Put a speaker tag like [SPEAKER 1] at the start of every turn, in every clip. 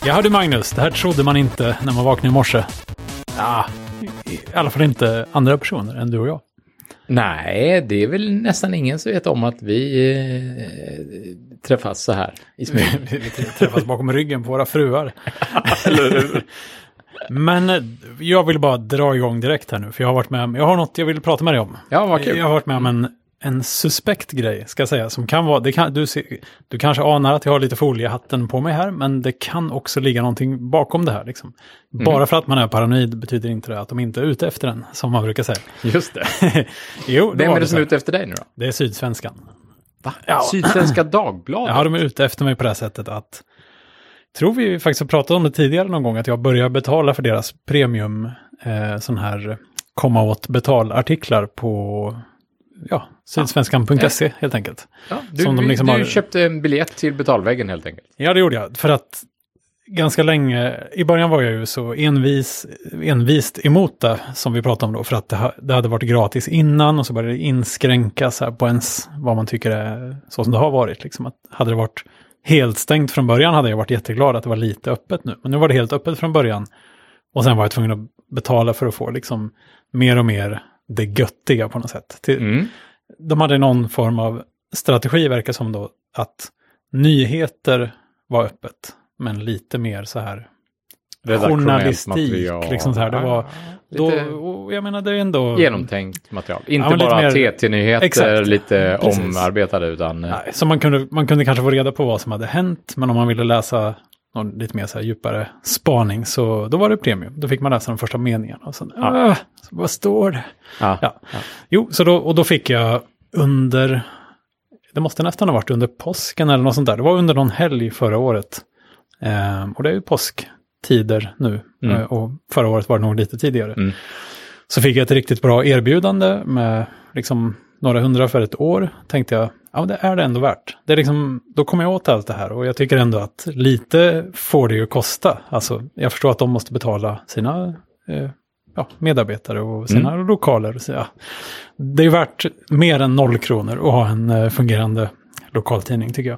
[SPEAKER 1] Ja, du Magnus, det här trodde man inte när man vaknade i morse. Ja, i alla fall inte andra personer än du och jag.
[SPEAKER 2] Nej, det är väl nästan ingen som vet om att vi träffas så här i smyg.
[SPEAKER 1] Vi träffas bakom ryggen på våra fruar. Men jag vill bara dra igång direkt här nu, för jag har något jag vill prata med dig om.
[SPEAKER 2] Ja, vad kul.
[SPEAKER 1] Jag har varit med om en suspekt grej, ska jag säga, som kan vara, du kanske anar att jag har lite foliehatten på mig här, men det kan också ligga någonting bakom det här. Liksom. Bara för att man är paranoid betyder inte det att de inte är ute efter den, som man brukar säga.
[SPEAKER 2] Just det.
[SPEAKER 1] Jo,
[SPEAKER 2] vem är det som är ute efter dig nu då?
[SPEAKER 1] Det är Sydsvenskan.
[SPEAKER 2] Va? Ja. Sydsvenska Dagbladet?
[SPEAKER 1] Ja, de är ute efter mig på det här sättet att, tror vi faktiskt har pratat om det tidigare någon gång, att jag börjar betala för deras premium sån här komma åt betalartiklar på sydsvenskan.se helt enkelt.
[SPEAKER 2] Ja, du köpte en biljett till betalväggen helt enkelt.
[SPEAKER 1] Ja, det gjorde jag. För att ganska länge, i början var jag ju så envist emot det som vi pratade om då. För att det hade varit gratis innan och så började det inskränkas här på ens vad man tycker är så som det har varit. Liksom att hade det varit helt stängt från början hade jag varit jätteglad att det var lite öppet nu. Men nu var det helt öppet från början. Och sen var jag tvungen att betala för att få liksom mer och mer det göttiga på något sätt. De hade någon form av strategi, verkar som då, att nyheter var öppet, men lite mer så här journalistik. Liksom så här. Det var då, jag menar, det är ändå
[SPEAKER 2] genomtänkt material. Inte bara TT-nyheter, lite omarbetade, utan...
[SPEAKER 1] Nej, så man kunde kanske få reda på vad som hade hänt, men om man ville läsa någon lite mer så här djupare spaning, så då var det premium. Då fick man läsa de första meningarna. Och sen, vad står det? Ja. Jo, så då fick jag det måste nästan ha varit under påsken eller något sånt där. Det var under någon helg förra året. Och det är ju påsktider nu. Och förra året var det nog lite tidigare. Så fick jag ett riktigt bra erbjudande med liksom några hundra för ett år. Tänkte jag, ja, det är det ändå värt. Det är liksom, då kommer jag åt allt det här. Och jag tycker ändå att lite får det ju kosta. Alltså, jag förstår att de måste betala sina medarbetare och sina lokaler. Så, ja. Det är värt mer än 0 kronor att ha en fungerande lokaltidning, tycker jag.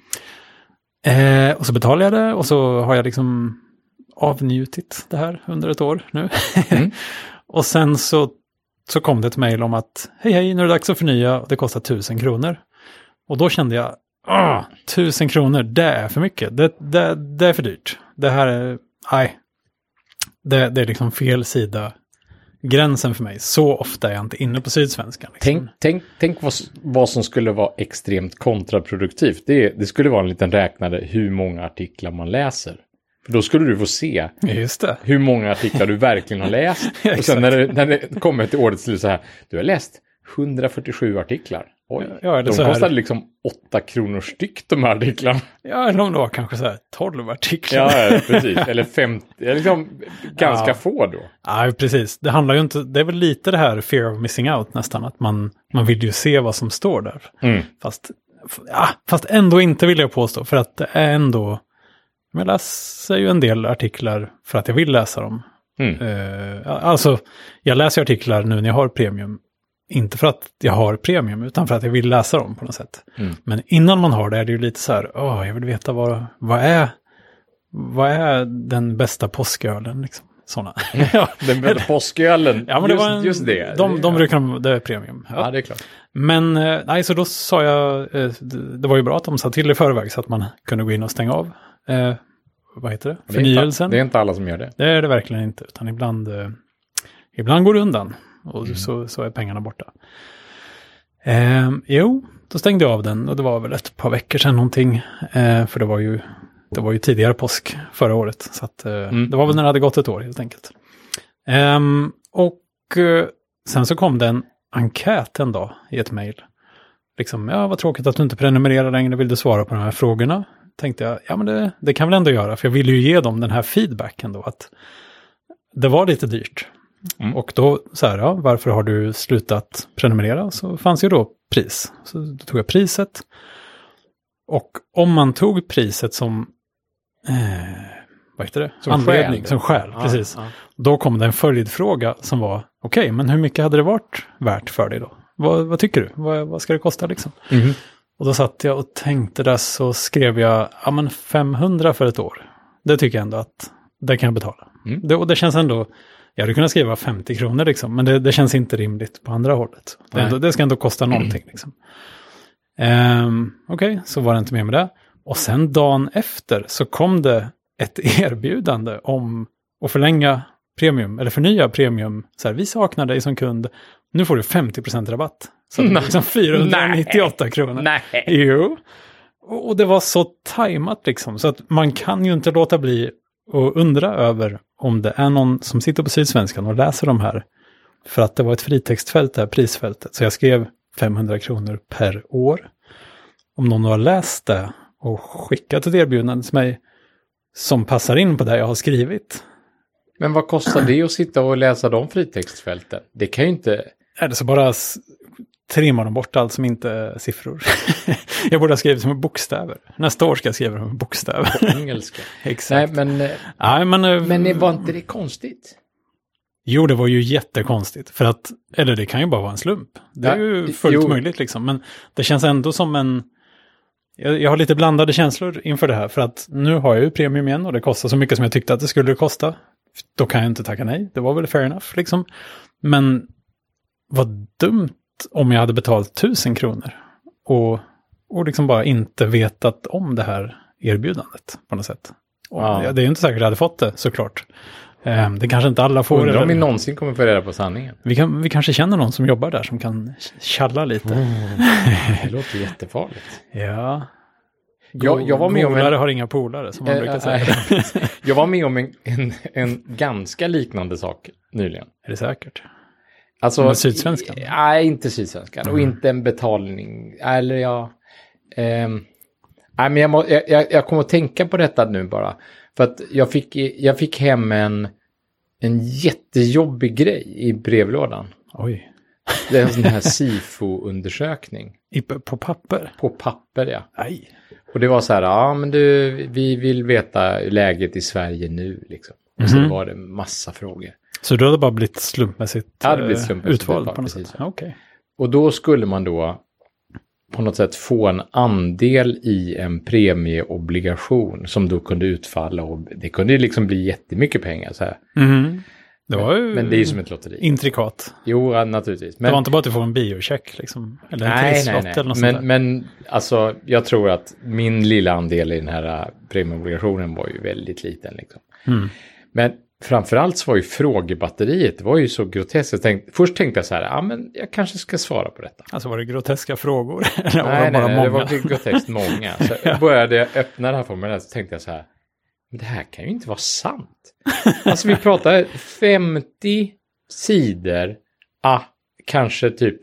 [SPEAKER 1] Och så betalar jag det och så har jag liksom avnjutit det här under ett år nu. Och sen så kom det ett mejl om att hej, nu är det dags att förnya och det kostar 1000 kronor. Och då kände jag, 1000 kronor, det är för mycket. Det är för dyrt. Det här är, nej. Det är liksom fel sida gränsen för mig. Så ofta är jag inte inne på Sydsvenskan. Liksom.
[SPEAKER 2] Tänk vad som skulle vara extremt kontraproduktivt. Det skulle vara en liten räknare hur många artiklar man läser. För då skulle du få se hur många artiklar du verkligen har läst. Och sen när det kommer till årets slut så här, du har läst 147 artiklar. Oj, de kostade liksom 8 kronor styck, de här artiklarna.
[SPEAKER 1] Ja, eller om det var kanske så här 12 artiklar.
[SPEAKER 2] Ja, precis. Eller 50, liksom ganska få då.
[SPEAKER 1] Ja, precis. Det handlar ju inte, det är väl lite det här fear of missing out nästan, att man vill ju se vad som står där. Fast ändå inte, vill jag påstå, för att det är ändå, jag läser ju en del artiklar för att jag vill läsa dem. Alltså, jag läser artiklar nu när jag har premium. Inte för att jag har premium, utan för att jag vill läsa dem på något sätt. Men innan man har det är det ju lite så här, jag vill veta vad är den bästa påskölen liksom. Såna.
[SPEAKER 2] Den bästa påskölen,
[SPEAKER 1] ja, men just det. De brukar, det är premium.
[SPEAKER 2] Ja, det är klart.
[SPEAKER 1] Men nej, så då sa jag, det var ju bra att de sa till i förväg så att man kunde gå in och stänga av. Vad heter det? Förnyelsen.
[SPEAKER 2] Det är inte alla som gör det.
[SPEAKER 1] Det är det verkligen inte, utan ibland går det undan. Och så är pengarna borta. Då stängde jag av den. Och det var väl ett par veckor sedan någonting. För det var ju tidigare påsk förra året. Så att, det var väl när det hade gått ett år helt enkelt. Sen så kom det en enkät en dag i ett mejl. Liksom, vad tråkigt att du inte prenumererar längre. Vill du svara på de här frågorna? Tänkte jag, ja men det kan väl ändå göra. För jag ville ju ge dem den här feedbacken då. Att det var lite dyrt. Och då så här, varför har du slutat prenumerera? Så fanns ju då pris. Så då tog jag priset. Och om man tog priset som vad heter det?
[SPEAKER 2] Som
[SPEAKER 1] anledning,
[SPEAKER 2] skäl.
[SPEAKER 1] som skäl, precis. Då kom det en följdfråga som var, okej, men hur mycket hade det varit värt för dig då? Vad tycker du? Vad ska det kosta liksom? Och då satt jag och tänkte där, så skrev jag 500 för ett år. Det tycker jag ändå att det kan jag betala. Och det känns ändå, jag hade kunnat skriva 50 kronor liksom, men det känns inte rimligt på andra hållet. Det ska ändå kosta någonting liksom. Okej, så var det inte mer med det. Och sen dagen efter så kom det ett erbjudande om att förlänga premium, eller förnya premium. Så här, vi saknar dig som kund. Nu får du 50% rabatt. Så det är liksom 498 kronor.
[SPEAKER 2] Nej.
[SPEAKER 1] Jo. Och det var så tajmat liksom. Så att man kan ju inte låta bli att undra över om det är någon som sitter på Sydsvenskan och läser de här. För att det var ett fritextfält, det här prisfältet. Så jag skrev 500 kronor per år. Om någon har läst det och skickat ett erbjudande till mig som passar in på det jag har skrivit.
[SPEAKER 2] Men vad kostar det att sitta och läsa de fritextfälten? Det kan ju inte...
[SPEAKER 1] Är det så bara trimmar de bort allt som inte är siffror? Jag borde ha skrivit som bokstäver. Nästa år ska jag skriva som bokstäver.
[SPEAKER 2] På engelska.
[SPEAKER 1] Exakt.
[SPEAKER 2] Nej, men var inte det konstigt?
[SPEAKER 1] Jo, det var ju jättekonstigt. För att, eller det kan ju bara vara en slump. Det är ju fullt möjligt liksom. Men det känns ändå som en... Jag har lite blandade känslor inför det här. För att nu har jag ju premium igen och det kostar så mycket som jag tyckte att det skulle kosta. Då kan jag inte tacka nej. Det var väl fair enough liksom. Men vad dumt om jag hade betalat 1000 kronor. Och liksom bara inte vetat om det här erbjudandet på något sätt. Ja. Det är ju inte säkert att jag hade fått det såklart. Det kanske inte alla får.
[SPEAKER 2] Undrar om vi någonsin kommer få reda på sanningen.
[SPEAKER 1] Vi kanske känner någon som jobbar där som kan tjalla lite.
[SPEAKER 2] Det låter jättefarligt.
[SPEAKER 1] Ja.
[SPEAKER 2] Jag var med om
[SPEAKER 1] har inga polare som man brukar säga.
[SPEAKER 2] Jag var med om en ganska liknande sak nyligen.
[SPEAKER 1] Är det säkert?
[SPEAKER 2] Alltså,
[SPEAKER 1] Sydsvenskan?
[SPEAKER 2] Nej, inte Sydsvenskan. Och inte en betalning. Eller nej, men jag kommer att tänka på detta nu bara. För att jag fick hem en jättejobbig grej i brevlådan.
[SPEAKER 1] Oj.
[SPEAKER 2] Det är en sån här SIFO-undersökning.
[SPEAKER 1] På papper?
[SPEAKER 2] På papper, ja.
[SPEAKER 1] Aj.
[SPEAKER 2] Och det var så här, men vi vill veta läget i Sverige nu liksom. Och så var det massa frågor.
[SPEAKER 1] Så du hade bara blivit slumpmässigt utvald på något sätt?
[SPEAKER 2] Okay. Och då skulle man då på något sätt få en andel i en premieobligation som då kunde utfalla. Och det kunde ju liksom bli jättemycket pengar så här.
[SPEAKER 1] Det var ju
[SPEAKER 2] men det är ju som ett lotteri.
[SPEAKER 1] Intrikat.
[SPEAKER 2] Jo, naturligtvis. Men,
[SPEAKER 1] det var inte bara att du får en biocheck liksom. Eller en trisslott eller något sånt där.
[SPEAKER 2] Men alltså, jag tror att min lilla andel i den här premieobligationen var ju väldigt liten liksom. Men framförallt så var ju frågebatteriet, det var ju så groteskt. Först tänkte jag så här, men jag kanske ska svara på detta.
[SPEAKER 1] Alltså var det groteska frågor?
[SPEAKER 2] Nej, det var groteskt många. Så jag började öppna det här formuläret så tänkte jag så här, men det här kan ju inte vara sant. Alltså vi pratar 50 sidor, kanske typ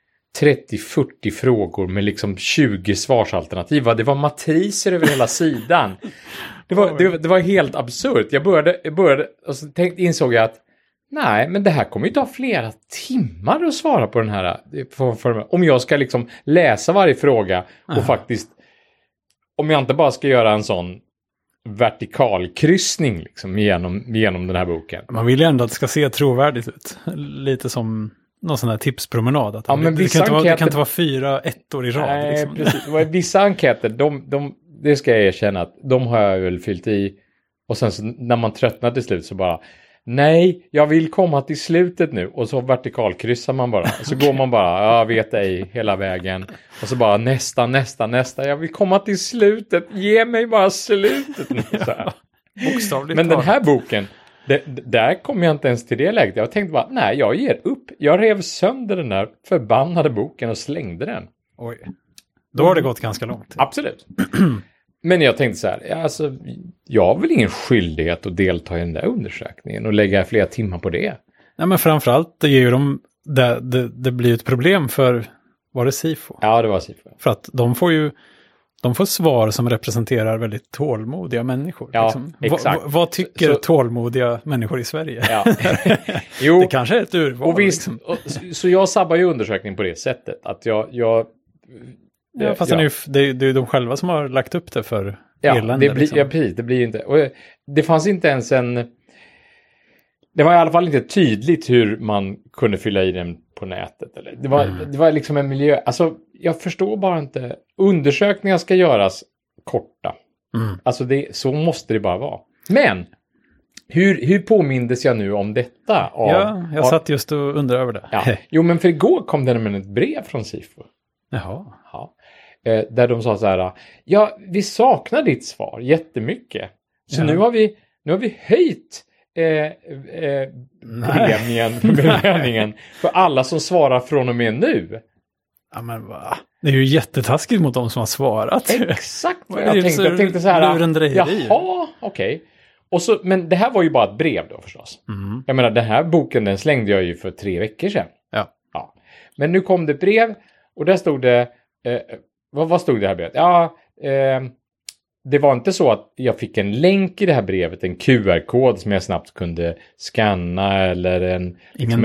[SPEAKER 2] 30-40 frågor med liksom 20 svarsalternativ. Det var matriser över hela sidan. Det var helt absurt. Jag började och så insåg jag att nej, men det här kommer ju ta flera timmar att svara på den här. Om jag ska liksom läsa varje fråga och faktiskt, om jag inte bara ska göra en sån vertikalkryssning liksom genom den här boken.
[SPEAKER 1] Man vill ju ändå att det ska se trovärdigt ut. Lite som någon sån här tipspromenad. Att
[SPEAKER 2] men
[SPEAKER 1] det kan inte vara 4 ettor i rad.
[SPEAKER 2] Nej,
[SPEAKER 1] liksom.
[SPEAKER 2] Precis. Vissa enkäter, det ska jag erkänna att de har jag väl fyllt i. Och sen så, när man tröttnar till slut så bara, nej, jag vill komma till slutet nu. Och så vertikalkryssar man bara. Och så går man bara, jag vet ej, hela vägen. Och så bara nästa. Jag vill komma till slutet. Ge mig bara slutet nu. Så här. Men den här boken, där kom jag inte ens till det läget. Jag tänkte bara, nej, jag ger upp. Jag rev sönder den där förbannade boken och slängde den.
[SPEAKER 1] Oj. Då har det gått ganska långt.
[SPEAKER 2] Absolut. Men jag tänkte så här, alltså, jag har väl ingen skyldighet att delta i den där undersökningen och lägga flera timmar på det.
[SPEAKER 1] Nej, men framförallt det ger ju det blir ett problem för, var det SIFO?
[SPEAKER 2] Ja, det var SIFO.
[SPEAKER 1] För att de får svar som representerar väldigt tålmodiga människor.
[SPEAKER 2] Ja,
[SPEAKER 1] liksom.
[SPEAKER 2] exakt.
[SPEAKER 1] Vad tycker tålmodiga människor i Sverige?
[SPEAKER 2] Ja. Jo,
[SPEAKER 1] det kanske är ett urval.
[SPEAKER 2] Och visst, liksom. Så jag sabbar ju undersökningen på det sättet. Att jag
[SPEAKER 1] fast det är de själva som har lagt upp det för elände.
[SPEAKER 2] Det blir inte. Och det fanns inte ens det var i alla fall inte tydligt hur man kunde fylla i den på nätet. Eller. Det var liksom en miljö. Alltså, jag förstår bara inte. Undersökningar ska göras korta. Alltså så måste det bara vara. Men hur påmindes jag nu om detta?
[SPEAKER 1] Jag satt just och undrade över det.
[SPEAKER 2] Ja. Jo, men för igår kom det nämligen ett brev från SIFO.
[SPEAKER 1] Jaha.
[SPEAKER 2] Ja. Där de sa så här, ja, vi saknar ditt svar jättemycket. Så nu har vi höjt belöningen för alla som svarar från och med nu.
[SPEAKER 1] Ja, men va? Det är ju jättetaskigt mot de som har svarat.
[SPEAKER 2] Exakt vad jag tänkte. Jag tänkte så här, jaha, okej. Och så, men det här var ju bara ett brev då förstås. Jag menar, den här boken den slängde jag ju för 3 veckor sedan. Ja. Men nu kom det brev och där stod det, vad stod det här brevet? Ja, det var inte så att jag fick en länk i det här brevet, en QR-kod som jag snabbt kunde skanna eller en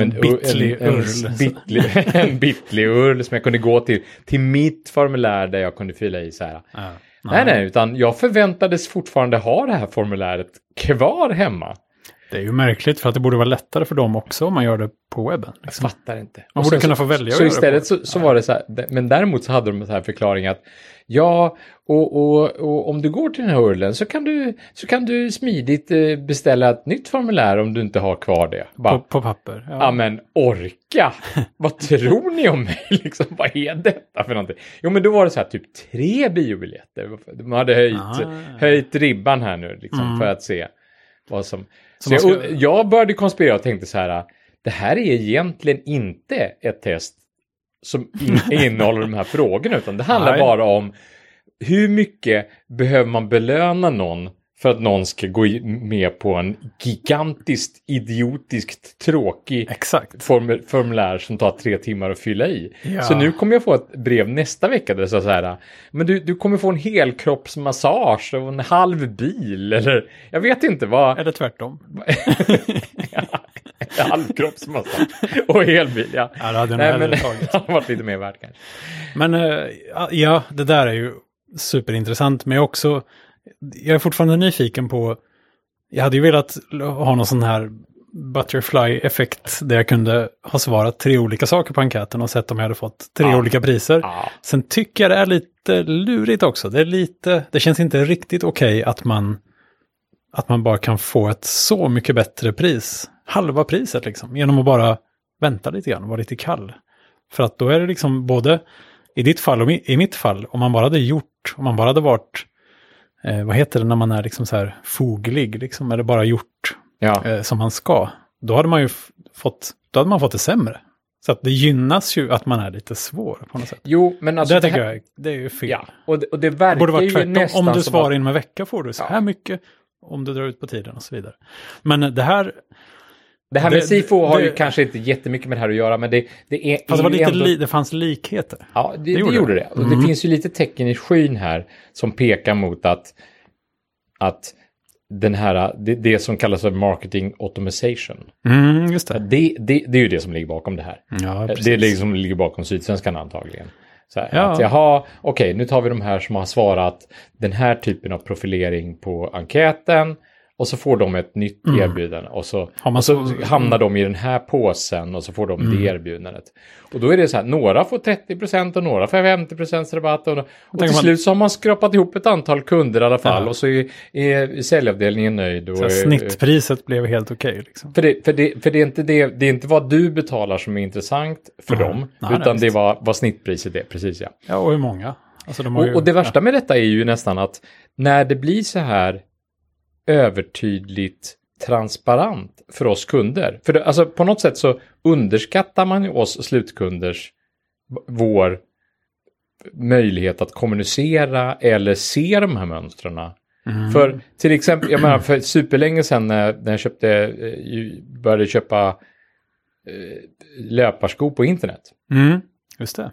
[SPEAKER 2] Bitly-URL som jag kunde gå till mitt formulär där jag kunde fylla i så här. Nej, utan jag förväntades fortfarande ha det här formuläret kvar hemma.
[SPEAKER 1] Det är ju märkligt för att det borde vara lättare för dem också om man gör det på webben.
[SPEAKER 2] Liksom. Jag fattar inte.
[SPEAKER 1] Man borde kunna få välja
[SPEAKER 2] så istället så var det så här, men däremot så hade de så här förklaring att ja, och om du går till den här URLen så kan du smidigt beställa ett nytt formulär om du inte har kvar det.
[SPEAKER 1] Bara, på papper.
[SPEAKER 2] Ja, men orka! Vad tror ni om mig? Liksom, vad är detta för någonting? Jo, men då var det så här typ 3 biobiljetter. De hade höjt ribban här nu liksom, för att se vad som... Jag började konspirera och tänkte så här, det här är egentligen inte ett test som innehåller de här frågorna, utan det handlar bara om hur mycket behöver man belöna någon för att någon ska gå med på en gigantiskt, idiotiskt tråkig formulär som tar 3 timmar att fylla i. Ja. Så nu kommer jag få ett brev nästa vecka där det står så här, men du kommer få en helkroppsmassage och en halv bil, eller jag vet inte vad.
[SPEAKER 1] Eller tvärtom.
[SPEAKER 2] Halvkroppsmassage och helbil, ja.
[SPEAKER 1] Ja, det hade men
[SPEAKER 2] det hade varit lite mer värt kanske.
[SPEAKER 1] Men ja, det där är ju superintressant, men jag är fortfarande nyfiken på, jag hade ju velat ha någon sån här butterfly-effekt där jag kunde ha svarat 3 olika saker på enkäten och sett om jag hade fått 3 olika priser. Sen tycker jag det är lite lurigt också. Det känns inte riktigt okej att man bara kan få ett så mycket bättre pris. Halva priset liksom, genom att bara vänta lite grann och vara lite kall. För att då är det liksom både i ditt fall och i mitt fall, om man bara hade varit vad heter det när man är liksom så här foglig liksom, eller bara gjort som man ska, då hade man fått det sämre. Så att det gynnas ju att man är lite svår på något sätt.
[SPEAKER 2] Jo, men alltså
[SPEAKER 1] det tycker jag, det är ju fel.
[SPEAKER 2] Ja, och det verkar borde vara ju nästan
[SPEAKER 1] om du svarar inom en vecka får du så här mycket, om du drar ut på tiden och så vidare. Men det här
[SPEAKER 2] med SIFO har ju kanske inte jättemycket med det här att göra, men det är...
[SPEAKER 1] Fast det fanns likheter.
[SPEAKER 2] Ja, det gjorde det. Och det finns ju lite tecken i skyn här som pekar mot att den här, det som kallas för marketing automation.
[SPEAKER 1] Just det.
[SPEAKER 2] Det är ju det som ligger bakom det här.
[SPEAKER 1] Ja, precis.
[SPEAKER 2] Det är det som ligger bakom Sydsvenskan antagligen. Så här, att nu tar vi de här som har svarat den här typen av profilering på enkäten. Och så får de ett nytt erbjudande. Och så hamnar de i den här påsen. Och så får de det erbjudandet. Och då är det så här. Några får 30% och några får 50% rabatt. Och till slut så har man skrapat ihop ett antal kunder i alla fall. Och så är säljavdelningen nöjd.
[SPEAKER 1] Så snittpriset blev helt okej. Liksom.
[SPEAKER 2] För det är inte vad du betalar som är intressant för dem. Utan det är vad snittpriset är. Precis, ja.
[SPEAKER 1] Ja, och hur många. Alltså,
[SPEAKER 2] och det värsta med detta är ju nästan att när det blir så här övertydligt transparent för oss kunder. För alltså på något sätt så underskattar man ju oss slutkunders vår möjlighet att kommunicera eller se de här mönstren. För till exempel, jag menar för superlänge sedan när jag började köpa löparskor på internet.
[SPEAKER 1] Just det.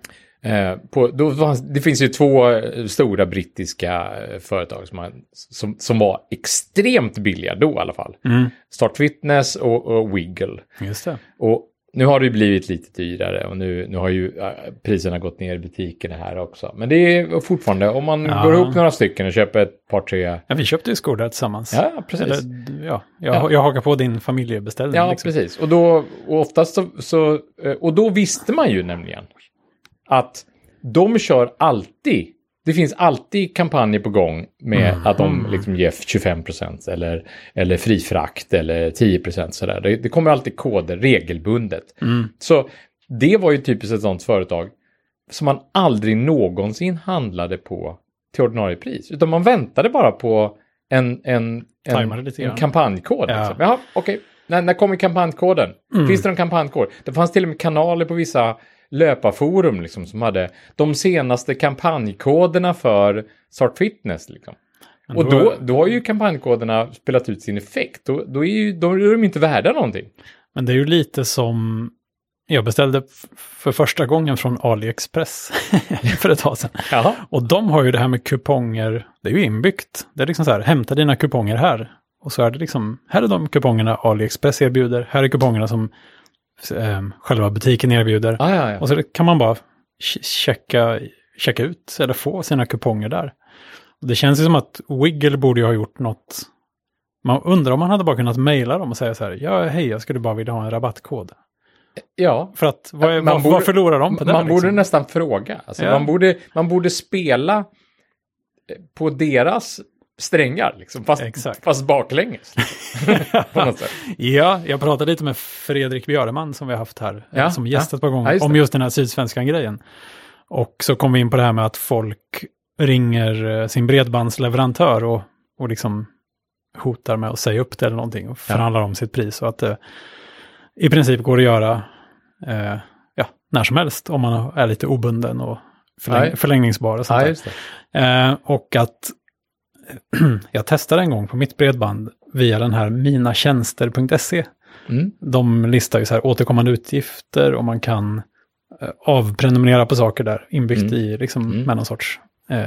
[SPEAKER 2] Det finns ju 2 stora brittiska företag som var extremt billiga då i alla fall. Start Fitness och Wiggle.
[SPEAKER 1] Just det.
[SPEAKER 2] Och nu har det ju blivit lite dyrare och nu har ju priserna gått ner i butikerna här också. Men det är fortfarande, om man går ihop några stycken och köper ett par 3...
[SPEAKER 1] Ja, vi köpte ju skor där tillsammans.
[SPEAKER 2] Ja, precis.
[SPEAKER 1] Jag hakar på din familjebeställning.
[SPEAKER 2] Ja, liksom. Precis. Och oftast så... Och då visste man ju nämligen att de kör alltid det finns alltid kampanjer på gång med att de liksom ger 25% eller fri frakt eller 10% sådär. Det kommer alltid koder regelbundet. Så det var ju typiskt ett sånt företag som man aldrig någonsin handlade på till ordinarie pris. Utan man väntade bara på en kampanjkod.
[SPEAKER 1] Ja.
[SPEAKER 2] Liksom. Jaha, okej. När kommer kampanjkoden? Finns det någon kampanjkod? Det fanns till och med kanaler på vissa löparforum liksom, som hade de senaste kampanjkoderna för Start Fitness. Liksom. Och då har ju kampanjkoderna spelat ut sin effekt. Då är de inte värda någonting.
[SPEAKER 1] Men det är ju lite som jag beställde för första gången från AliExpress för ett tag sedan.
[SPEAKER 2] Jaha.
[SPEAKER 1] Och de har ju det här med kuponger, det är ju inbyggt. Det är liksom så här, hämta dina kuponger här. Och så är det liksom, här är de kupongerna AliExpress erbjuder. Här är kupongerna som själva butiken erbjuder.
[SPEAKER 2] Ja.
[SPEAKER 1] Och så kan man bara checka ut eller få sina kuponger där. Och det känns ju som att Wiggle borde ju ha gjort något. Man undrar om man hade bara kunnat mejla dem och säga så här, ja hej, jag skulle bara vilja ha en rabattkod.
[SPEAKER 2] Ja.
[SPEAKER 1] För att vad förlorar de på det?
[SPEAKER 2] Man borde nästan fråga. Alltså, man borde spela på deras strängar, liksom, fast baklänges. På något sätt.
[SPEAKER 1] Ja, jag pratade lite med Fredrik Björeman som vi har haft här som gästat på gång om just den här sydsvenskan grejen. Och så kom vi in på det här med att folk ringer sin bredbandsleverantör och liksom hotar med att säga upp det eller någonting och förhandlar om sitt pris. Och att det i princip går att göra när som helst om man är lite obunden och förlängningsbar och sånt där.
[SPEAKER 2] Just det.
[SPEAKER 1] Och att jag testade en gång på mitt bredband via den här minatjänster.se. De listar ju så här återkommande utgifter och man kan avprenumerera på saker där inbyggt i liksom med någon sorts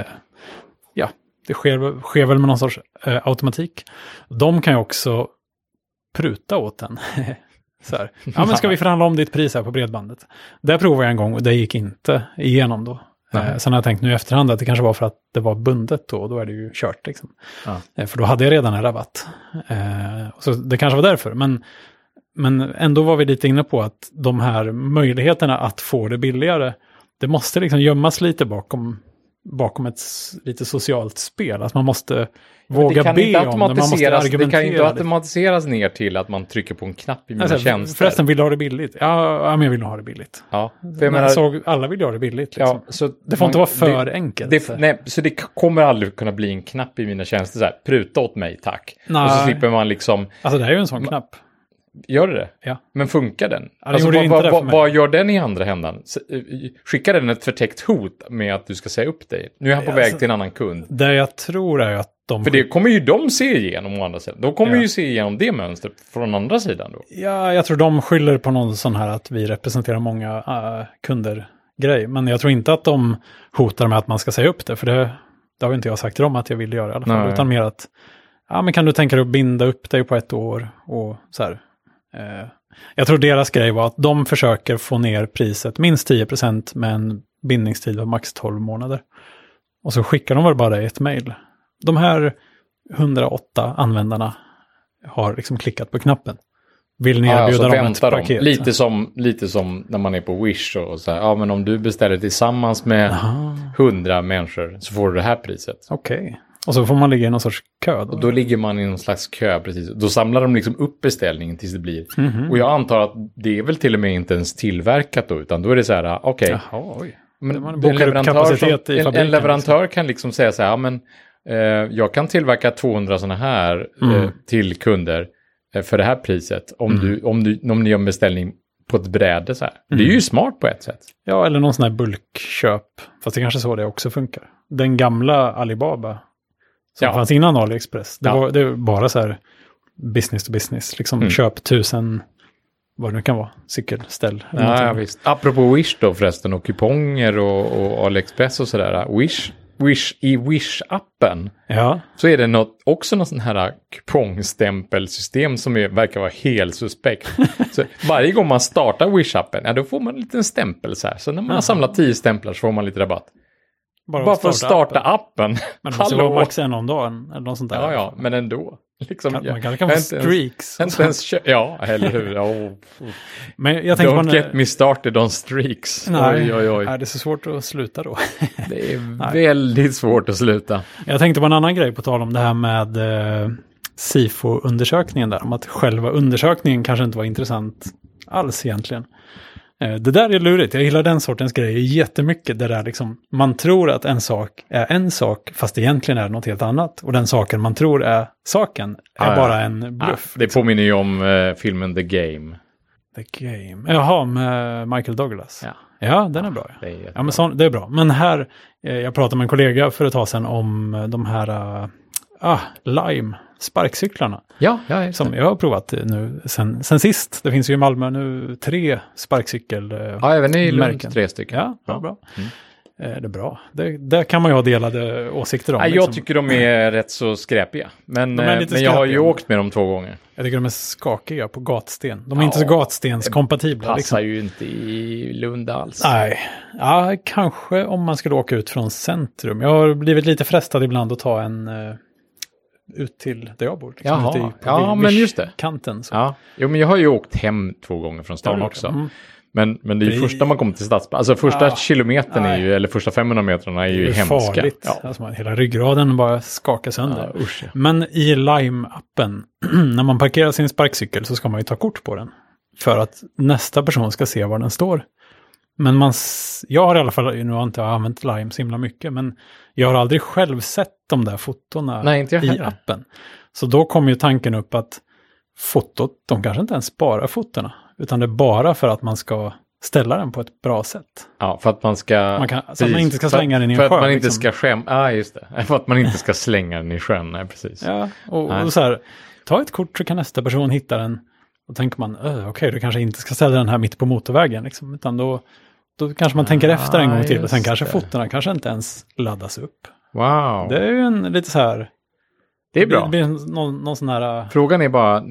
[SPEAKER 1] det sker väl med någon sorts automatik. De kan ju också pruta åt den. Så här. Ja, men ska vi förhandla om ditt pris här på bredbandet? Det provade jag en gång och det gick inte igenom då. Sen har jag tänkt nu i efterhand att det kanske var för att det var bundet då, och då är det ju kört liksom. För då hade jag redan en rabatt. Så det kanske var därför, men ändå var vi lite inne på att de här möjligheterna att få det billigare, det måste liksom gömmas lite bakom ett lite socialt spel. Att man måste våga be om det. Man måste argumentera.
[SPEAKER 2] Det kan inte automatiseras ner till att man trycker på en knapp i mina tjänster.
[SPEAKER 1] Förresten, vill du ha det billigt? Ja, men jag vill ha det billigt.
[SPEAKER 2] Ja.
[SPEAKER 1] Alla vill ha det billigt. Liksom.
[SPEAKER 2] Ja, så
[SPEAKER 1] det får inte vara för enkelt.
[SPEAKER 2] Så det kommer aldrig kunna bli en knapp i mina tjänster. Så här, pruta åt mig, tack. Nej. Och så slipper man liksom...
[SPEAKER 1] Alltså det här är ju en sån knapp.
[SPEAKER 2] Gör det?
[SPEAKER 1] Ja.
[SPEAKER 2] Men funkar den?
[SPEAKER 1] Ja, alltså,
[SPEAKER 2] vad gör den i andra händan? Skickar den ett förtäckt hot med att du ska säga upp dig? Nu är han på väg till en annan kund.
[SPEAKER 1] Det jag tror är att
[SPEAKER 2] För det kommer ju de se igenom å andra sidan. De kommer ju se igenom det mönstret från andra sidan då. Ja,
[SPEAKER 1] jag tror de skyller på någon sån här att vi representerar många kunder-grej. Men jag tror inte att de hotar med att man ska säga upp det. För det har inte jag sagt till dem att jag vill göra i alla fall. Nej. Utan mer att, men kan du tänka dig att binda upp dig på ett år och så här. Jag tror deras grej var att de försöker få ner priset minst 10% med en bindningstid av max 12 månader. Och så skickar de väl bara ett mejl. De här 108 användarna har liksom klickat på knappen. Vill ni erbjuda dem ett paket?
[SPEAKER 2] Lite som när man är på Wish och så här, men om du beställer tillsammans med 100 människor så får du det här priset.
[SPEAKER 1] Okej. Och så får man ligga i någon sorts kö då?
[SPEAKER 2] Och då ligger man i någon slags kö, precis. Då samlar de liksom upp beställningen tills det blir. Och jag antar att det är väl till och med inte ens tillverkat då, utan då är det så här, okej. Men en leverantör kan liksom säga så här, jag kan tillverka 200 sådana här till kunder för det här priset. Om ni gör en beställning på ett bräde så här. Det är ju smart på ett sätt.
[SPEAKER 1] Ja, eller någon sån här bulkköp. Fast det kanske så det också funkar. Den gamla Alibaba som fanns innan AliExpress. Det var bara så här business to business. Liksom köp 1000, vad det nu kan vara, cykelställ.
[SPEAKER 2] Ja, visst. Apropå Wish då förresten, och kuponger och AliExpress och sådär. I Wish-appen så är det också något sån här kupongstämpelsystem som verkar vara helt suspekt. Så varje gång man startar Wish-appen, då får man en liten stämpel så här. Så när man har samlat 10 stämplar så får man lite rabatt. Bara för att starta appen.
[SPEAKER 1] Men det måste vara max en om dagen eller något sånt där.
[SPEAKER 2] Ja, men ändå. Liksom,
[SPEAKER 1] man kanske kan få streaks.
[SPEAKER 2] Inte ens ja, eller hur?
[SPEAKER 1] Men jag tänker
[SPEAKER 2] Don't get me started on streaks.
[SPEAKER 1] Nej, oj. Är det så svårt att sluta då?
[SPEAKER 2] Det är väldigt svårt att sluta.
[SPEAKER 1] Jag tänkte på en annan grej på tal om det här med SIFO-undersökningen där. Om att själva undersökningen kanske inte var intressant alls egentligen. Det där är lurigt. Jag gillar den sortens grejer jättemycket. Det där liksom, man tror att en sak är en sak fast egentligen är det något helt annat. Och den saken man tror är saken är bara en bluff.
[SPEAKER 2] Det påminner ju om filmen The Game.
[SPEAKER 1] The Game. Jaha, med Michael Douglas. Ja, den är bra.
[SPEAKER 2] Det
[SPEAKER 1] är bra. Men här, jag pratade med en kollega för ett tag sedan om de här Lime sparkcyklarna. Som jag har provat nu sen sist. Det finns ju i Malmö nu 3 sparkcykel.
[SPEAKER 2] Även i Lund 3 stycken.
[SPEAKER 1] Ja, bra. Det är bra. Där kan man ju ha delade åsikter om.
[SPEAKER 2] Jag tycker de är rätt så skräpiga. Men jag har ju åkt med dem 2 gånger.
[SPEAKER 1] Jag tycker de är skakiga på gatsten. De är inte så gatstenskompatibla.
[SPEAKER 2] Det passar ju inte i Lund alls.
[SPEAKER 1] Nej, kanske om man skulle åka ut från centrum. Jag har blivit lite frestad ibland att ta en ut till där jag bor. Liksom
[SPEAKER 2] men just det.
[SPEAKER 1] Kanten. Så.
[SPEAKER 2] Ja. Jo, men jag har ju åkt hem 2 gånger från stan också. Men det är ju första man kommer till stadspark. Alltså första kilometern är ju, eller första 500 metrarna är ju hemska.
[SPEAKER 1] Farligt. Ja. Alltså hela ryggraden bara skakar sönder. Men i Lime-appen, när man parkerar sin sparkcykel så ska man ju ta kort på den. För att nästa person ska se var den står. Men jag har i alla fall, nu har inte använt Lime så himla mycket, men jag har aldrig själv sett de där fotorna i appen. Så då kommer ju tanken upp att fotot, de kanske inte ens sparar fotorna, utan det är bara för att man ska ställa den på ett bra sätt.
[SPEAKER 2] Ja, för att man ska...
[SPEAKER 1] så att man inte ska slänga den i en sjö.
[SPEAKER 2] För att man inte ska just det. För att man inte ska slänga den i sjön, nej precis.
[SPEAKER 1] Ja, och så här, ta ett kort så kan nästa person hitta den. Och tänker man, okej, du kanske inte ska ställa den här mitt på motorvägen, liksom, utan då kanske man tänker efter en gång till och sen kanske fotorna kanske inte ens laddas upp.
[SPEAKER 2] Wow.
[SPEAKER 1] Det är ju en lite så här...
[SPEAKER 2] Det är bra.
[SPEAKER 1] Det blir någon sån här...
[SPEAKER 2] Frågan är bara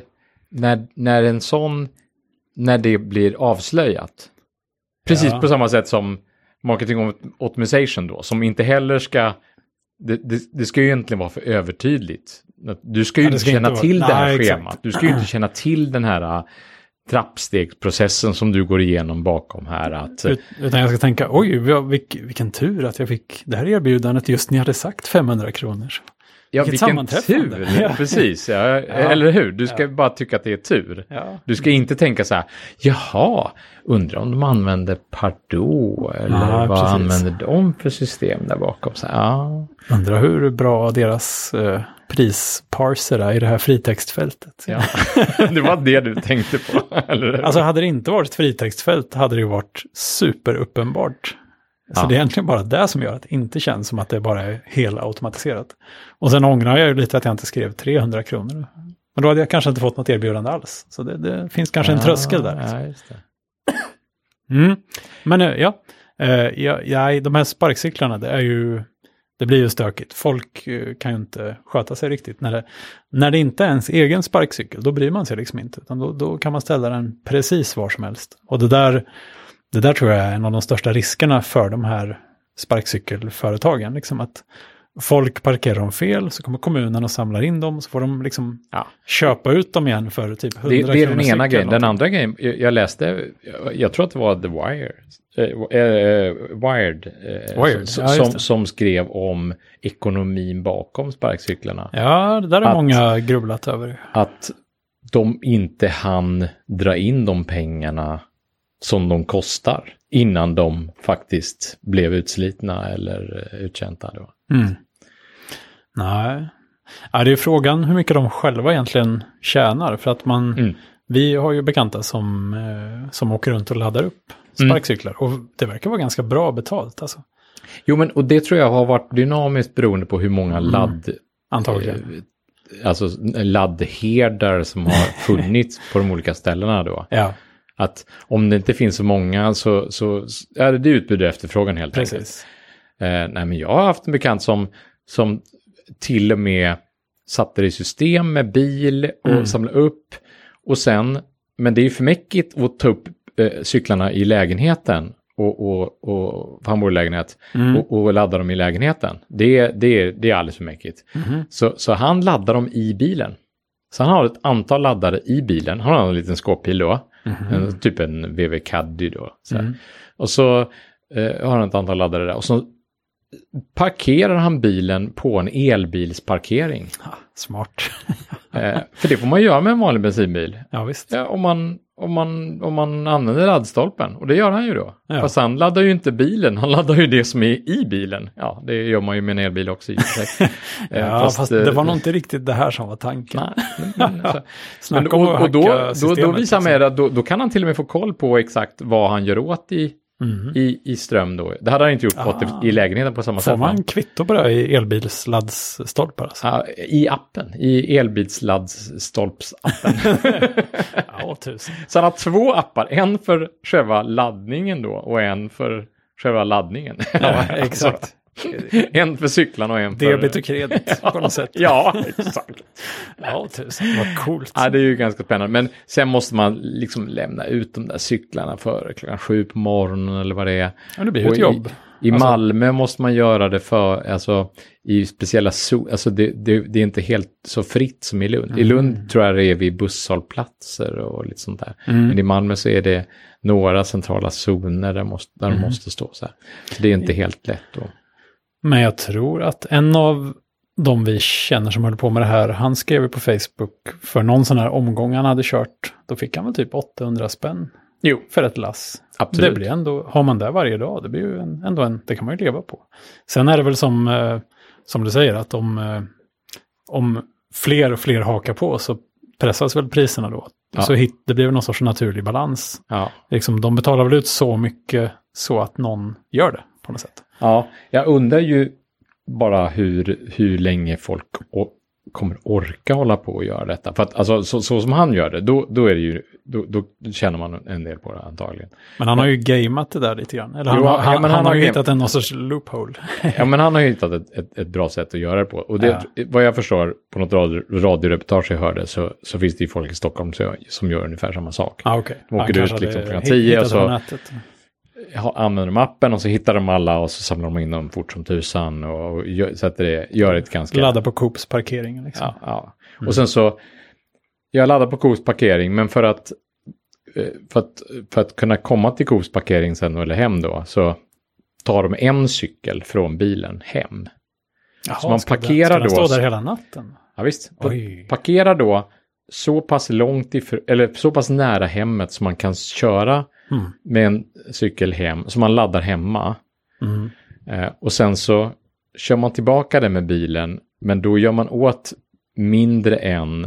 [SPEAKER 2] när det blir avslöjat. Precis på samma sätt som marketing automation då, som inte heller ska... Det ska ju egentligen vara för övertydligt. Du ska ju inte känna till det här schemat. Exakt. Du ska ju inte känna till den här trappstegsprocessen som du går igenom bakom här.
[SPEAKER 1] Utan jag ska tänka, vilken tur att jag fick det här erbjudandet just när jag hade sagt 500 kronor.
[SPEAKER 2] Ja, vilken tur, precis. Eller hur? Du ska bara tycka att det är tur. Ja. Du ska inte tänka så här, jaha, undrar om de använder Pardot eller vad använder de för system där bakom. Så,
[SPEAKER 1] undrar hur bra deras prisparser är i det här fritextfältet.
[SPEAKER 2] Ja. Det var det du tänkte på, eller hur?
[SPEAKER 1] Alltså hade det inte varit ett fritextfält hade det ju varit superuppenbart. Så det är egentligen bara det som gör att det inte känns som att det bara är hela automatiserat. Och sen ångrar jag ju lite att jag inte skrev 300 kronor. Men då hade jag kanske inte fått något erbjudande alls. Så det finns kanske en tröskel där.
[SPEAKER 2] Ja, just det.
[SPEAKER 1] Men de här sparkcyklarna, det blir ju stökigt. Folk kan ju inte sköta sig riktigt. När det inte är ens egen sparkcykel, då bryr man sig liksom inte. Utan då kan man ställa den precis var som helst. Och det där tror jag är en av de största riskerna för de här sparkcykelföretagen. Liksom att folk parkerar dem fel, så kommer kommunen och samlar in dem, så får de liksom köpa ut dem igen för typ 100 kronor.
[SPEAKER 2] Det är den ena grejen. Den andra grejen, jag läste, jag tror att det var The Wired som skrev om ekonomin bakom sparkcyklarna.
[SPEAKER 1] Ja, det där är många grubblat över.
[SPEAKER 2] Att de inte hann dra in de pengarna som de kostar innan de faktiskt blev utslitna eller uttjänta då.
[SPEAKER 1] Nej. Det är frågan hur mycket de själva egentligen tjänar. För att vi har ju bekanta som åker runt och laddar upp sparkcyklar. Och det verkar vara ganska bra betalt alltså.
[SPEAKER 2] Jo, men och det tror jag har varit dynamiskt beroende på hur många laddherdar som har funnits på de olika ställena då.
[SPEAKER 1] Ja.
[SPEAKER 2] Att om det inte finns så många så är det utbud och efterfrågan helt enkelt. Men jag har haft en bekant som till och med satte det i system med bil och samlade upp. Och sen, men det är ju för mäckigt att ta upp cyklarna i lägenheten och han bor i lägenhet och laddar dem i lägenheten. Det är alldeles för mäckigt. Så han laddar dem i bilen. Så han har ett antal laddare i bilen. Han har en liten skåpbil då. Typ en VW Caddy då. Och så har han ett antal laddare där. Och så parkerar han bilen på en elbilsparkering.
[SPEAKER 1] Smart.
[SPEAKER 2] För det får man göra med en vanlig bensinbil.
[SPEAKER 1] Ja, visst.
[SPEAKER 2] Om man använder laddstolpen. Och det gör han ju då. Ja. Fast han laddar ju inte bilen. Han laddar ju det som är i bilen. Ja, det gör man ju med en elbil också.
[SPEAKER 1] Fast det var nog inte riktigt det här som var tanken.
[SPEAKER 2] Då visar han med att då kan han till och med få koll på exakt vad han gör åt i ström då. Det hade han inte gjort i lägenheten på samma sätt.
[SPEAKER 1] Får man kvitto på det i elbilsladdstolpar? Alltså?
[SPEAKER 2] Ja, i appen. I elbilsladdstolpsappen.
[SPEAKER 1] Tusen.
[SPEAKER 2] Så han har 2 appar. En för själva laddningen då och en för själva laddningen.
[SPEAKER 1] Ja, exakt.
[SPEAKER 2] En för cyklarna och en för...
[SPEAKER 1] Debit och kredit på något sätt.
[SPEAKER 2] Ja, exakt.
[SPEAKER 1] Tusen. Vad coolt.
[SPEAKER 2] Ja, det är ju ganska spännande. Men sen måste man liksom lämna ut de där cyklarna för 7:00 på morgonen eller vad det är.
[SPEAKER 1] Ja, det blir ju ett jobb.
[SPEAKER 2] I Malmö måste man göra det i speciella alltså det är inte helt så fritt som i Lund. I Lund tror jag det är vid busshållplatser och lite sånt där. Men i Malmö så är det några centrala zoner där de måste stå så här. Så det är inte helt lätt då.
[SPEAKER 1] Men jag tror att en av de vi känner som håller på med det här, han skrev på Facebook för någon sån här omgång han hade kört. Då fick han väl typ 800 spänn för ett lass.
[SPEAKER 2] Absolut.
[SPEAKER 1] Det blir ändå, har man det varje dag, det blir ju ändå det kan man ju leva på. Sen är det väl som du säger att om fler och fler hakar på så pressas väl priserna då. Ja. Så det blir väl någon sorts naturlig balans.
[SPEAKER 2] Ja.
[SPEAKER 1] Liksom, de betalar väl ut så mycket så att någon gör det på något sätt.
[SPEAKER 2] Ja, jag undrar ju bara hur länge folk kommer orka hålla på och göra detta. För att alltså, så som han gör det, då är det ju, då känner man en del på det antagligen.
[SPEAKER 1] Men han har ju gameat det där lite grann. Eller han har ju hittat någon sorts loophole.
[SPEAKER 2] Ja, men han har ju hittat ett bra sätt att göra det på. Och vad jag förstår på något radioreportage jag hörde så finns det ju folk i Stockholm som gör ungefär samma sak.
[SPEAKER 1] Okay.
[SPEAKER 2] De åker ut liksom klockan 10 och så använder de appen och så hittar de alla och så samlar de in dem fort som tusan och gör ett ganska...
[SPEAKER 1] Ladda på Coops parkering liksom.
[SPEAKER 2] Ja. Och sen så jag laddar på Coops parkering, men för att kunna komma till Coops parkering sen eller hem då så tar de en cykel från bilen hem.
[SPEAKER 1] Jaha,
[SPEAKER 2] så man parkerar då...
[SPEAKER 1] Ska stå där hela natten?
[SPEAKER 2] Ja visst. Parkerar då så pass långt eller så pass nära hemmet som man kan köra med en cykel hem, som man laddar hemma. Och sen så kör man tillbaka det med bilen, men då gör man åt mindre än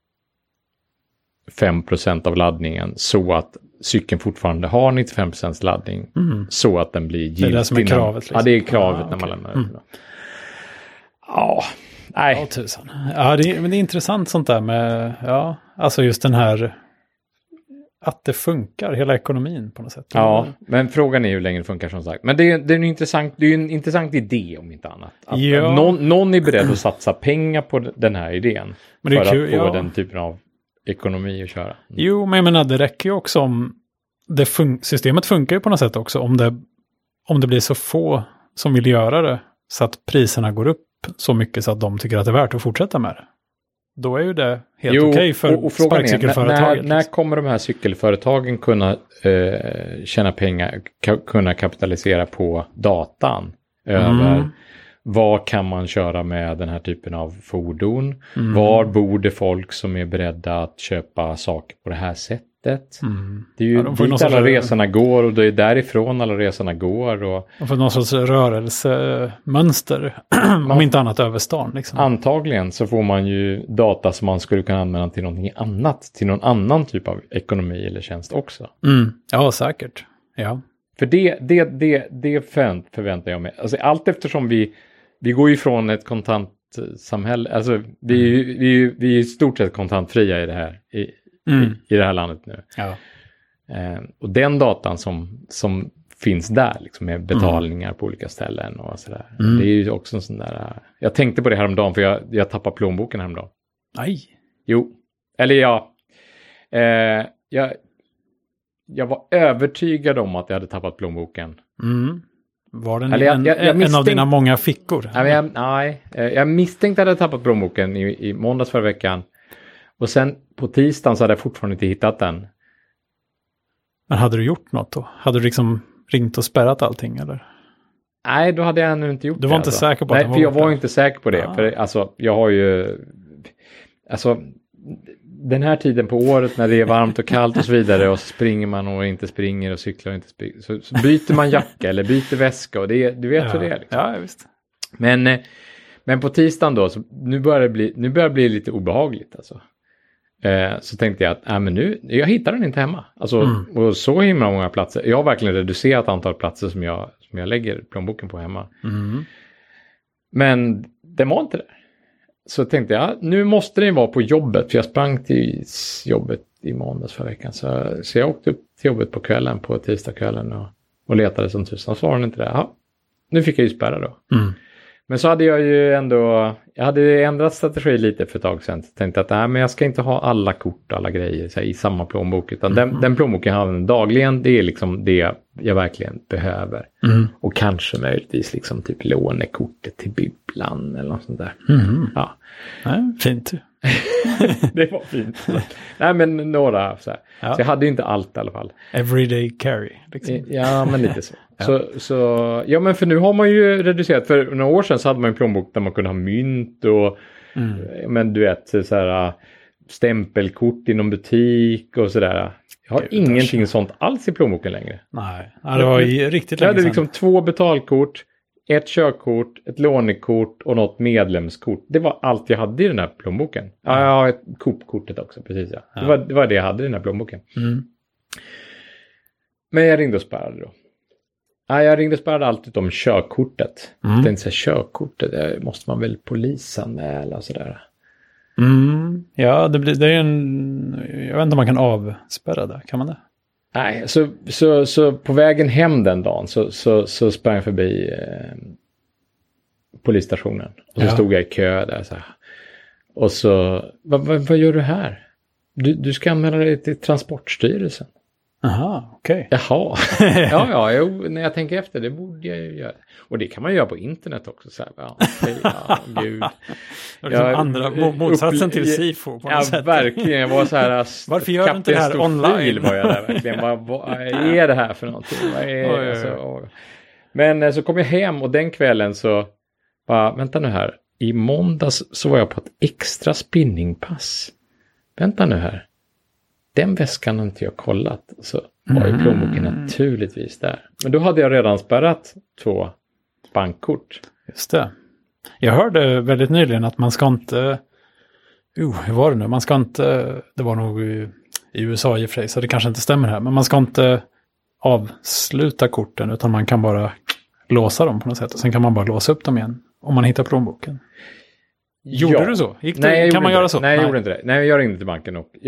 [SPEAKER 2] 5% av laddningen så att cykeln fortfarande har 95% laddning så att den blir giltig.
[SPEAKER 1] Det är det som är kravet. Liksom.
[SPEAKER 2] Ja, det är kravet när man lämnar ut. Ja, nej.
[SPEAKER 1] Ja, tusan. Ja, men det är intressant sånt där med, alltså just den här att det funkar, hela ekonomin på något sätt.
[SPEAKER 2] Ja, men frågan är hur länge det funkar som sagt. Men det är en intressant idé om inte annat. Att någon är beredd att satsa pengar på den här idén men det är för att få den typen av ekonomi att köra.
[SPEAKER 1] Jo, men jag menar, det räcker ju också om systemet funkar ju på något sätt också om det blir så få som vill göra det så att priserna går upp så mycket så att de tycker att det är värt att fortsätta med det. Då är ju det helt okej för sparkcykelföretaget.
[SPEAKER 2] När kommer de här cykelföretagen kunna tjäna pengar, kunna kapitalisera på datan över vad kan man köra med den här typen av fordon? Var bor det folk som är beredda att köpa saker på det här sättet? Det är ju dit alla resorna går och det är därifrån alla resorna går. Och
[SPEAKER 1] för någon sorts rörelsemönster, om inte annat över stan. Liksom.
[SPEAKER 2] Antagligen så får man ju data som man skulle kunna använda till någonting annat, till någon annan typ av ekonomi eller tjänst också.
[SPEAKER 1] Ja, säkert. Ja.
[SPEAKER 2] För det förväntar jag mig. Alltså, allt eftersom vi går ifrån ett kontantsamhälle, alltså vi är i stort sett kontantfria i det här i det här landet nu.
[SPEAKER 1] Ja.
[SPEAKER 2] Och den datan som finns där liksom, med betalningar på olika ställen och sådär. Det är ju också en sån där... Jag tänkte på det häromdagen för jag tappade plånboken häromdagen.
[SPEAKER 1] Nej.
[SPEAKER 2] Jo. Eller jag var övertygad om att jag hade tappat plånboken.
[SPEAKER 1] Var den en av dina många fickor?
[SPEAKER 2] Nej, jag misstänkte att jag hade tappat plånboken i måndags förra veckan. Och sen på tisdagen så hade jag fortfarande inte hittat den.
[SPEAKER 1] Men hade du gjort något då? Hade du liksom ringt och spärrat allting eller?
[SPEAKER 2] Nej, då hade jag ännu inte gjort det.
[SPEAKER 1] Du var inte säker på att
[SPEAKER 2] Nej, för jag var inte säker på det. Ja. För alltså, jag har ju... Alltså, den här tiden på året när det är varmt och kallt och så vidare och så springer man och inte springer och cyklar och inte springer. Så byter man jacka eller byter väska och det, du vet hur det är. Liksom.
[SPEAKER 1] Ja, visst.
[SPEAKER 2] Men på tisdagen då, så nu börjar det bli lite obehagligt alltså. Så tänkte jag att jag hittar den inte hemma. Alltså, och så himla många platser. Jag har verkligen reducerat antal platser som jag lägger plånboken på hemma. Men det var inte det. Så tänkte jag, nu måste den vara på jobbet. För jag sprang till jobbet i måndags förra veckan. Så jag åkte upp till jobbet på kvällen, på tisdagskvällen och letade som tusan. Så var den inte det. Ja, nu fick jag ju spärra då. Men så hade jag ju ändå, jag hade ändrat strategi lite för ett tag sedan. Tänkte att men jag ska inte ha alla kort och alla grejer så här, i samma plånbok. Utan den plånboken jag använder dagligen, det är liksom det jag verkligen behöver. Och kanske möjligtvis liksom typ lånekortet till bibblan eller något sånt där. Ja.
[SPEAKER 1] Nej, fint.
[SPEAKER 2] Det var fint. Nej, men några så här. Ja. Så jag hade ju inte allt i alla fall.
[SPEAKER 1] Everyday carry. Liksom.
[SPEAKER 2] Ja, men lite så. Ja, men för nu har man ju reducerat. För några år sedan så hade man en plånbok där man kunde ha mynt och men du vet så här stämpelkort i någon butik och sådär. Jag har ingenting sånt alls i plånboken längre.
[SPEAKER 1] Nej, det var ju riktigt länge
[SPEAKER 2] sedan. Jag hade liksom 2 betalkort, ett körkort, ett lånekort och något medlemskort. Det var allt jag hade i den här plånboken. Ja, jag har ett Coop-kortet också, precis. Ja. Det var det jag hade i den här plånboken. Men jag ringde och spärrade då. Ja, jag ringde och spärrade allt utom körkortet. Jag tänkte säga, körkortet, det måste man väl polisanmäla och sådär.
[SPEAKER 1] Ja, det är jag vet inte om man kan avspärra det. Kan man det?
[SPEAKER 2] Nej, så på vägen hem den dagen så sprang jag förbi polisstationen. Och så stod jag i kö där så här. Och så, vad gör du här? Du ska anmäla dig till Transportstyrelsen.
[SPEAKER 1] Aha, okej.
[SPEAKER 2] Jaha. När jag tänker efter, det borde jag ju göra. Och det kan man göra på internet också. Så här, gud.
[SPEAKER 1] Andra motsatsen till SIFO på något sätt.
[SPEAKER 2] Ja, verkligen. Jag var så här...
[SPEAKER 1] Varför gör du inte det här online?
[SPEAKER 2] Var jag där verkligen. Vad är det här för någonting? Men så kom jag hem och den kvällen så... vänta nu här. I måndags så var jag på ett extra spinningpass. Vänta nu här. Den väskan har inte jag kollat. Så var ju plånboken naturligtvis där. Men då hade jag redan spärrat 2 bankkort.
[SPEAKER 1] Just det. Jag hörde väldigt nyligen att man ska inte... hur var det nu? Man ska inte... Det var nog i USA i och för sig, så det kanske inte stämmer här. Men man ska inte avsluta korten, utan man kan bara låsa dem på något sätt. Och sen kan man bara låsa upp dem igen om man hittar plånboken. Gjorde du så? Kan man göra så?
[SPEAKER 2] Nej, jag gjorde inte det. Nej, jag ringde till banken och...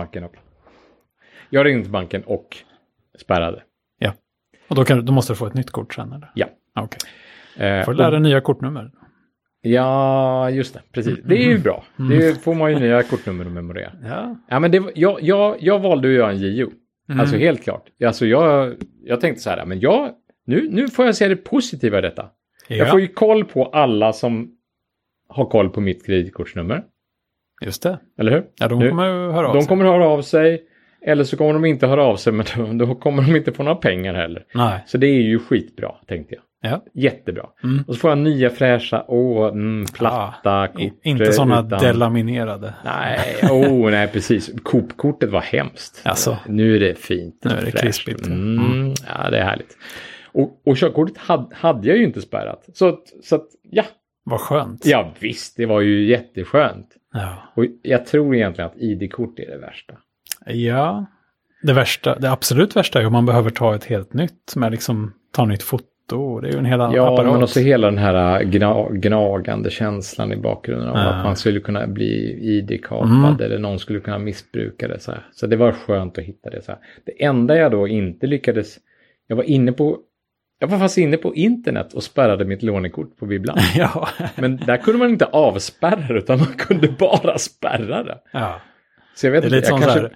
[SPEAKER 2] Jag ringde till banken och spärrade.
[SPEAKER 1] Ja. Och då måste du få ett nytt kort sen, eller?
[SPEAKER 2] Ja.
[SPEAKER 1] Okej. Får du lära nya kortnummer?
[SPEAKER 2] Ja, just det. Precis. Det är ju bra. Det får man ju nya kortnummer att memorera. Ja, men jag valde att göra en JO. Alltså helt klart. Alltså jag tänkte så här, men nu får jag se det positiva i detta. Ja. Jag får ju koll på alla som har koll på mitt kreditkortsnummer.
[SPEAKER 1] Just det.
[SPEAKER 2] Eller hur?
[SPEAKER 1] Ja, de kommer höra av sig.
[SPEAKER 2] De kommer höra av sig. Eller så kommer de inte höra av sig, men då kommer de inte få några pengar heller.
[SPEAKER 1] Nej.
[SPEAKER 2] Så det är ju skitbra, tänkte jag.
[SPEAKER 1] Ja.
[SPEAKER 2] Jättebra. Och så får jag nya fräscha, platta kort.
[SPEAKER 1] Inte sådana delaminerade.
[SPEAKER 2] Nej, precis. Coop-kortet var hemskt.
[SPEAKER 1] Alltså.
[SPEAKER 2] Nu är det fint.
[SPEAKER 1] Nu är det krispigt.
[SPEAKER 2] Ja, det är härligt. Och körkortet hade jag ju inte spärrat. Så att, ja.
[SPEAKER 1] Vad skönt.
[SPEAKER 2] Ja, visst. Det var ju jätteskönt.
[SPEAKER 1] Ja.
[SPEAKER 2] Och jag tror egentligen att ID-kort är det värsta.
[SPEAKER 1] Ja, det absolut värsta är om man behöver ta ett helt nytt med liksom ta nytt foto. Det är ju en hel apparat.
[SPEAKER 2] Ja, men också hela den här gnagande känslan i bakgrunden av att man skulle kunna bli ID-kapad eller någon skulle kunna missbruka det. Så det var skönt att hitta det så här. Det enda jag då inte lyckades, jag var fast inne på internet och spärrade mitt lånekort på bibblan.
[SPEAKER 1] Ja.
[SPEAKER 2] Men där kunde man inte avspärra det, utan man kunde bara spärra det.
[SPEAKER 1] Ja.
[SPEAKER 2] Så jag vet
[SPEAKER 1] det är lite
[SPEAKER 2] inte,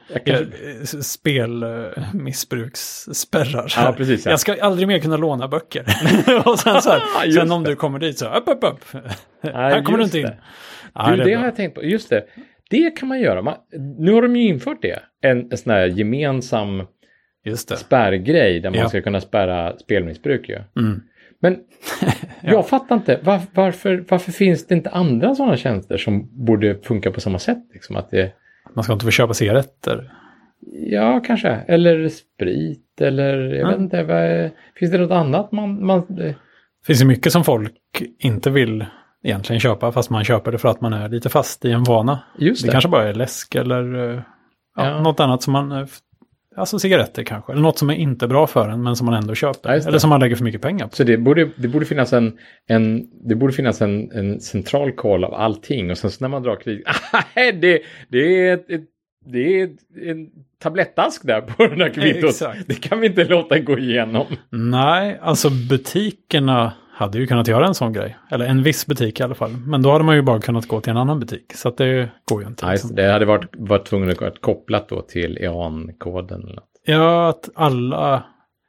[SPEAKER 1] spelmissbruksspärrar.
[SPEAKER 2] Ja, precis. Ja.
[SPEAKER 1] Jag ska aldrig mer kunna låna böcker. Och sen sen om du kommer dit så upp. Här kommer du inte in.
[SPEAKER 2] Det har jag tänkt på. Just det. Det kan man göra. Nu har de ju infört det. En sån här gemensam spärrgrej där man ska kunna spärra spelmissbruk. Ja. Men jag fattar inte. Varför finns det inte andra sådana tjänster som borde funka på samma sätt? Liksom, att
[SPEAKER 1] man ska inte få köpa cigaretter.
[SPEAKER 2] Ja, kanske. Eller sprit. Eller jag vet inte. Finns det något annat?
[SPEAKER 1] Det finns ju mycket som folk inte vill egentligen köpa. Fast man köper det för att man är lite fast i en vana. Just det. Det kanske bara är läsk eller något annat som man... Alltså cigaretter kanske. Eller något som är inte bra för en men som man ändå köper. Eller som man lägger för mycket pengar på. Så
[SPEAKER 2] det borde finnas en central koll av allting. Och sen så när man drar kredit. Det är en tablettask där på den här kvittot. Det kan vi inte låta gå igenom.
[SPEAKER 1] Nej, alltså butikerna hade ju kunnat göra en sån grej. Eller en viss butik i alla fall. Men då hade man ju bara kunnat gå till en annan butik. Så att det går ju inte.
[SPEAKER 2] Liksom. Det hade varit tvungen att kopplat då till EAN-koden eller något.
[SPEAKER 1] Ja, att alla...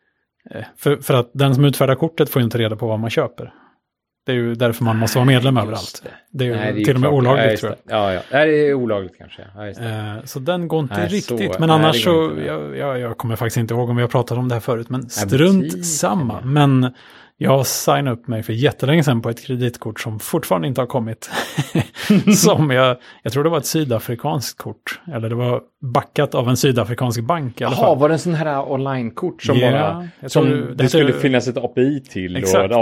[SPEAKER 1] För att den som utfärdar kortet får ju inte reda på vad man köper. Det är ju därför man måste vara medlem överallt. Det är ju till och med olagligt tror
[SPEAKER 2] jag. Ja, det är olagligt kanske.
[SPEAKER 1] Så den går inte riktigt. Men annars så, jag kommer faktiskt inte ihåg om vi har pratat om det här förut. Men strunt samma. Men jag signade upp mig för jättelänge sedan på ett kreditkort som fortfarande inte har kommit. Som jag tror det var ett sydafrikanskt kort. Eller det var backat av en sydafrikansk bank i alla fall.
[SPEAKER 2] Jaha, var det en sån här online-kort som bara... Som det skulle finnas ett API till.
[SPEAKER 1] Exakt.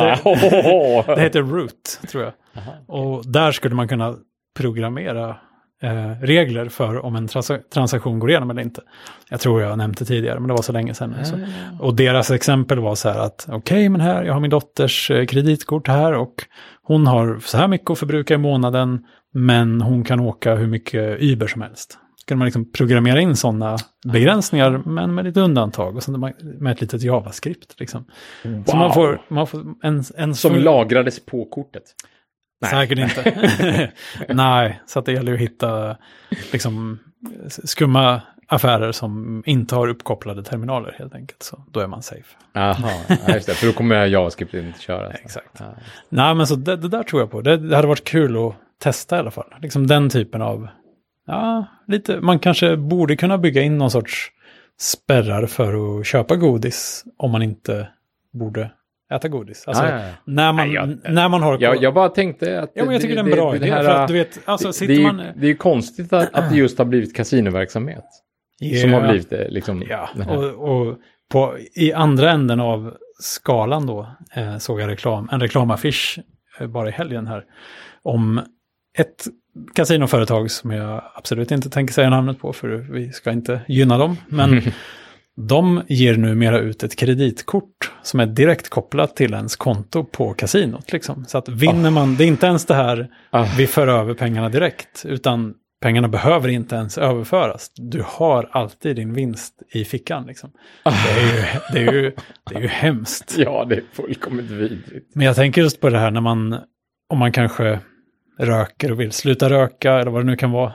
[SPEAKER 1] Det heter Root, tror jag. Aha, okay. Och där skulle man kunna programmera regler för om en transaktion går igenom eller inte. Jag tror jag nämnde tidigare, men det var så länge sedan. Så. Och deras exempel var så här att okej, men här, jag har min dotters kreditkort här och hon har så här mycket att förbruka i månaden, men hon kan åka hur mycket Uber som helst. Skulle man liksom programmera in sådana begränsningar, men med lite undantag och så med ett litet JavaScript. Liksom. Wow. Så man får en
[SPEAKER 2] som lagrades på kortet.
[SPEAKER 1] Nej. Säkert inte. Nej, så att det gäller att hitta liksom, skumma affärer som inte har uppkopplade terminaler helt enkelt. Så då är man safe.
[SPEAKER 2] Jaha, just det. För då kommer JavaScript inte köra.
[SPEAKER 1] Exakt. Ja. Nej, men så det där tror jag på. Det hade varit kul att testa i alla fall. Liksom den typen av... Ja, lite... Man kanske borde kunna bygga in någon sorts spärrar för att köpa godis om man inte borde... äta godis. Alltså, när man har...
[SPEAKER 2] Jag bara tänkte att...
[SPEAKER 1] Ja, men jag tycker det är en bra idé. För att, du vet, alltså,
[SPEAKER 2] det är ju konstigt att det just har blivit kasinoverksamhet. Yeah. Som har blivit det. Liksom,
[SPEAKER 1] ja, och i andra änden av skalan då såg jag en reklamaffisch bara i helgen här. Om ett kasinoföretag som jag absolut inte tänker säga namnet på, för vi ska inte gynna dem. Men... De ger numera ut ett kreditkort som är direkt kopplat till ens konto på kasinot. Liksom. Så att vinner man, det är inte ens det här vi för över pengarna direkt, utan pengarna behöver inte ens överföras. Du har alltid din vinst i fickan. Liksom. Det är ju hemskt.
[SPEAKER 2] Ja, det är fullkomligt vidrigt.
[SPEAKER 1] Men jag tänker just på det här om man kanske röker och vill sluta röka eller vad det nu kan vara.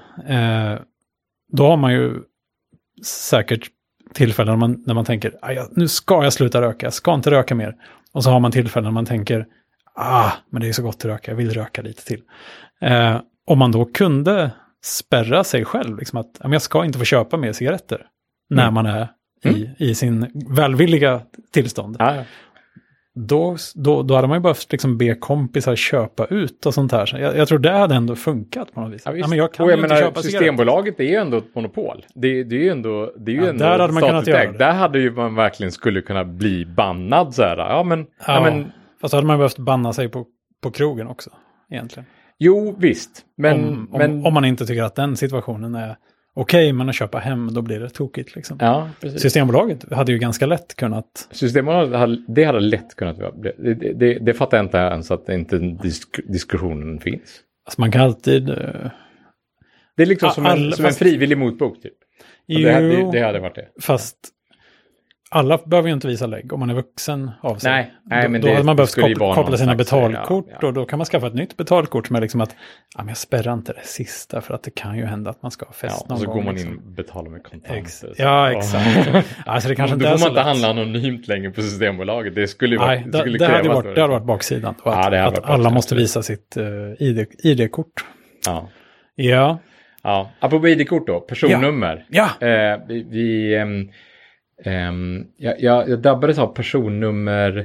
[SPEAKER 1] Då har man ju säkert tillfällen när man tänker, nu ska jag sluta röka, jag ska inte röka mer. Och så har man tillfällen när man tänker, men det är så gott att röka, jag vill röka lite till. Om man då kunde spärra sig själv, liksom att jag ska inte få köpa mer cigaretter när man är i sin välvilliga tillstånd. Då hade man ju behövt liksom be kompisar köpa ut och sånt här. Så jag tror det hade ändå funkat på något vis.
[SPEAKER 2] Ja, men jag kan inte köpa Systembolaget är ju ändå ett monopol. Det är ju ändå
[SPEAKER 1] där hade man kunnat göra det.
[SPEAKER 2] Där hade ju man verkligen skulle kunna bli bannad så här. Men
[SPEAKER 1] fast hade man behövt banna sig på krogen också egentligen.
[SPEAKER 2] Jo, visst. Men
[SPEAKER 1] om man inte tycker att den situationen är okej, men att köpa hem, då blir det tokigt. Liksom.
[SPEAKER 2] Ja, precis.
[SPEAKER 1] Systembolaget hade ju ganska lätt kunnat...
[SPEAKER 2] Systembolaget hade lätt kunnat vara... Det fattar jag inte ens att inte diskussionen finns.
[SPEAKER 1] Alltså man kan alltid...
[SPEAKER 2] Det är liksom som en frivillig motbok typ. Det hade varit det.
[SPEAKER 1] Fast alla behöver ju inte visa lägg om man är vuxen av sig.
[SPEAKER 2] Nej, men
[SPEAKER 1] då hade man behövt koppla sina
[SPEAKER 2] slags,
[SPEAKER 1] betalkort och då kan man skaffa ett nytt betalkort som är liksom att men jag spärrar inte det sista för att det kan ju hända att man ska ha fest någon gång.
[SPEAKER 2] Och så går man in
[SPEAKER 1] liksom.
[SPEAKER 2] och betalar med kontanter.
[SPEAKER 1] Ja, exakt. Alltså, det kanske
[SPEAKER 2] då får man inte handla anonymt längre på Systembolaget. Det skulle ju vara...
[SPEAKER 1] det hade varit baksidan. Att alla måste visa sitt ID-kort.
[SPEAKER 2] Ja. Apropå ID-kort då, personnummer.
[SPEAKER 1] Ja.
[SPEAKER 2] Jag drabbades av personnummer.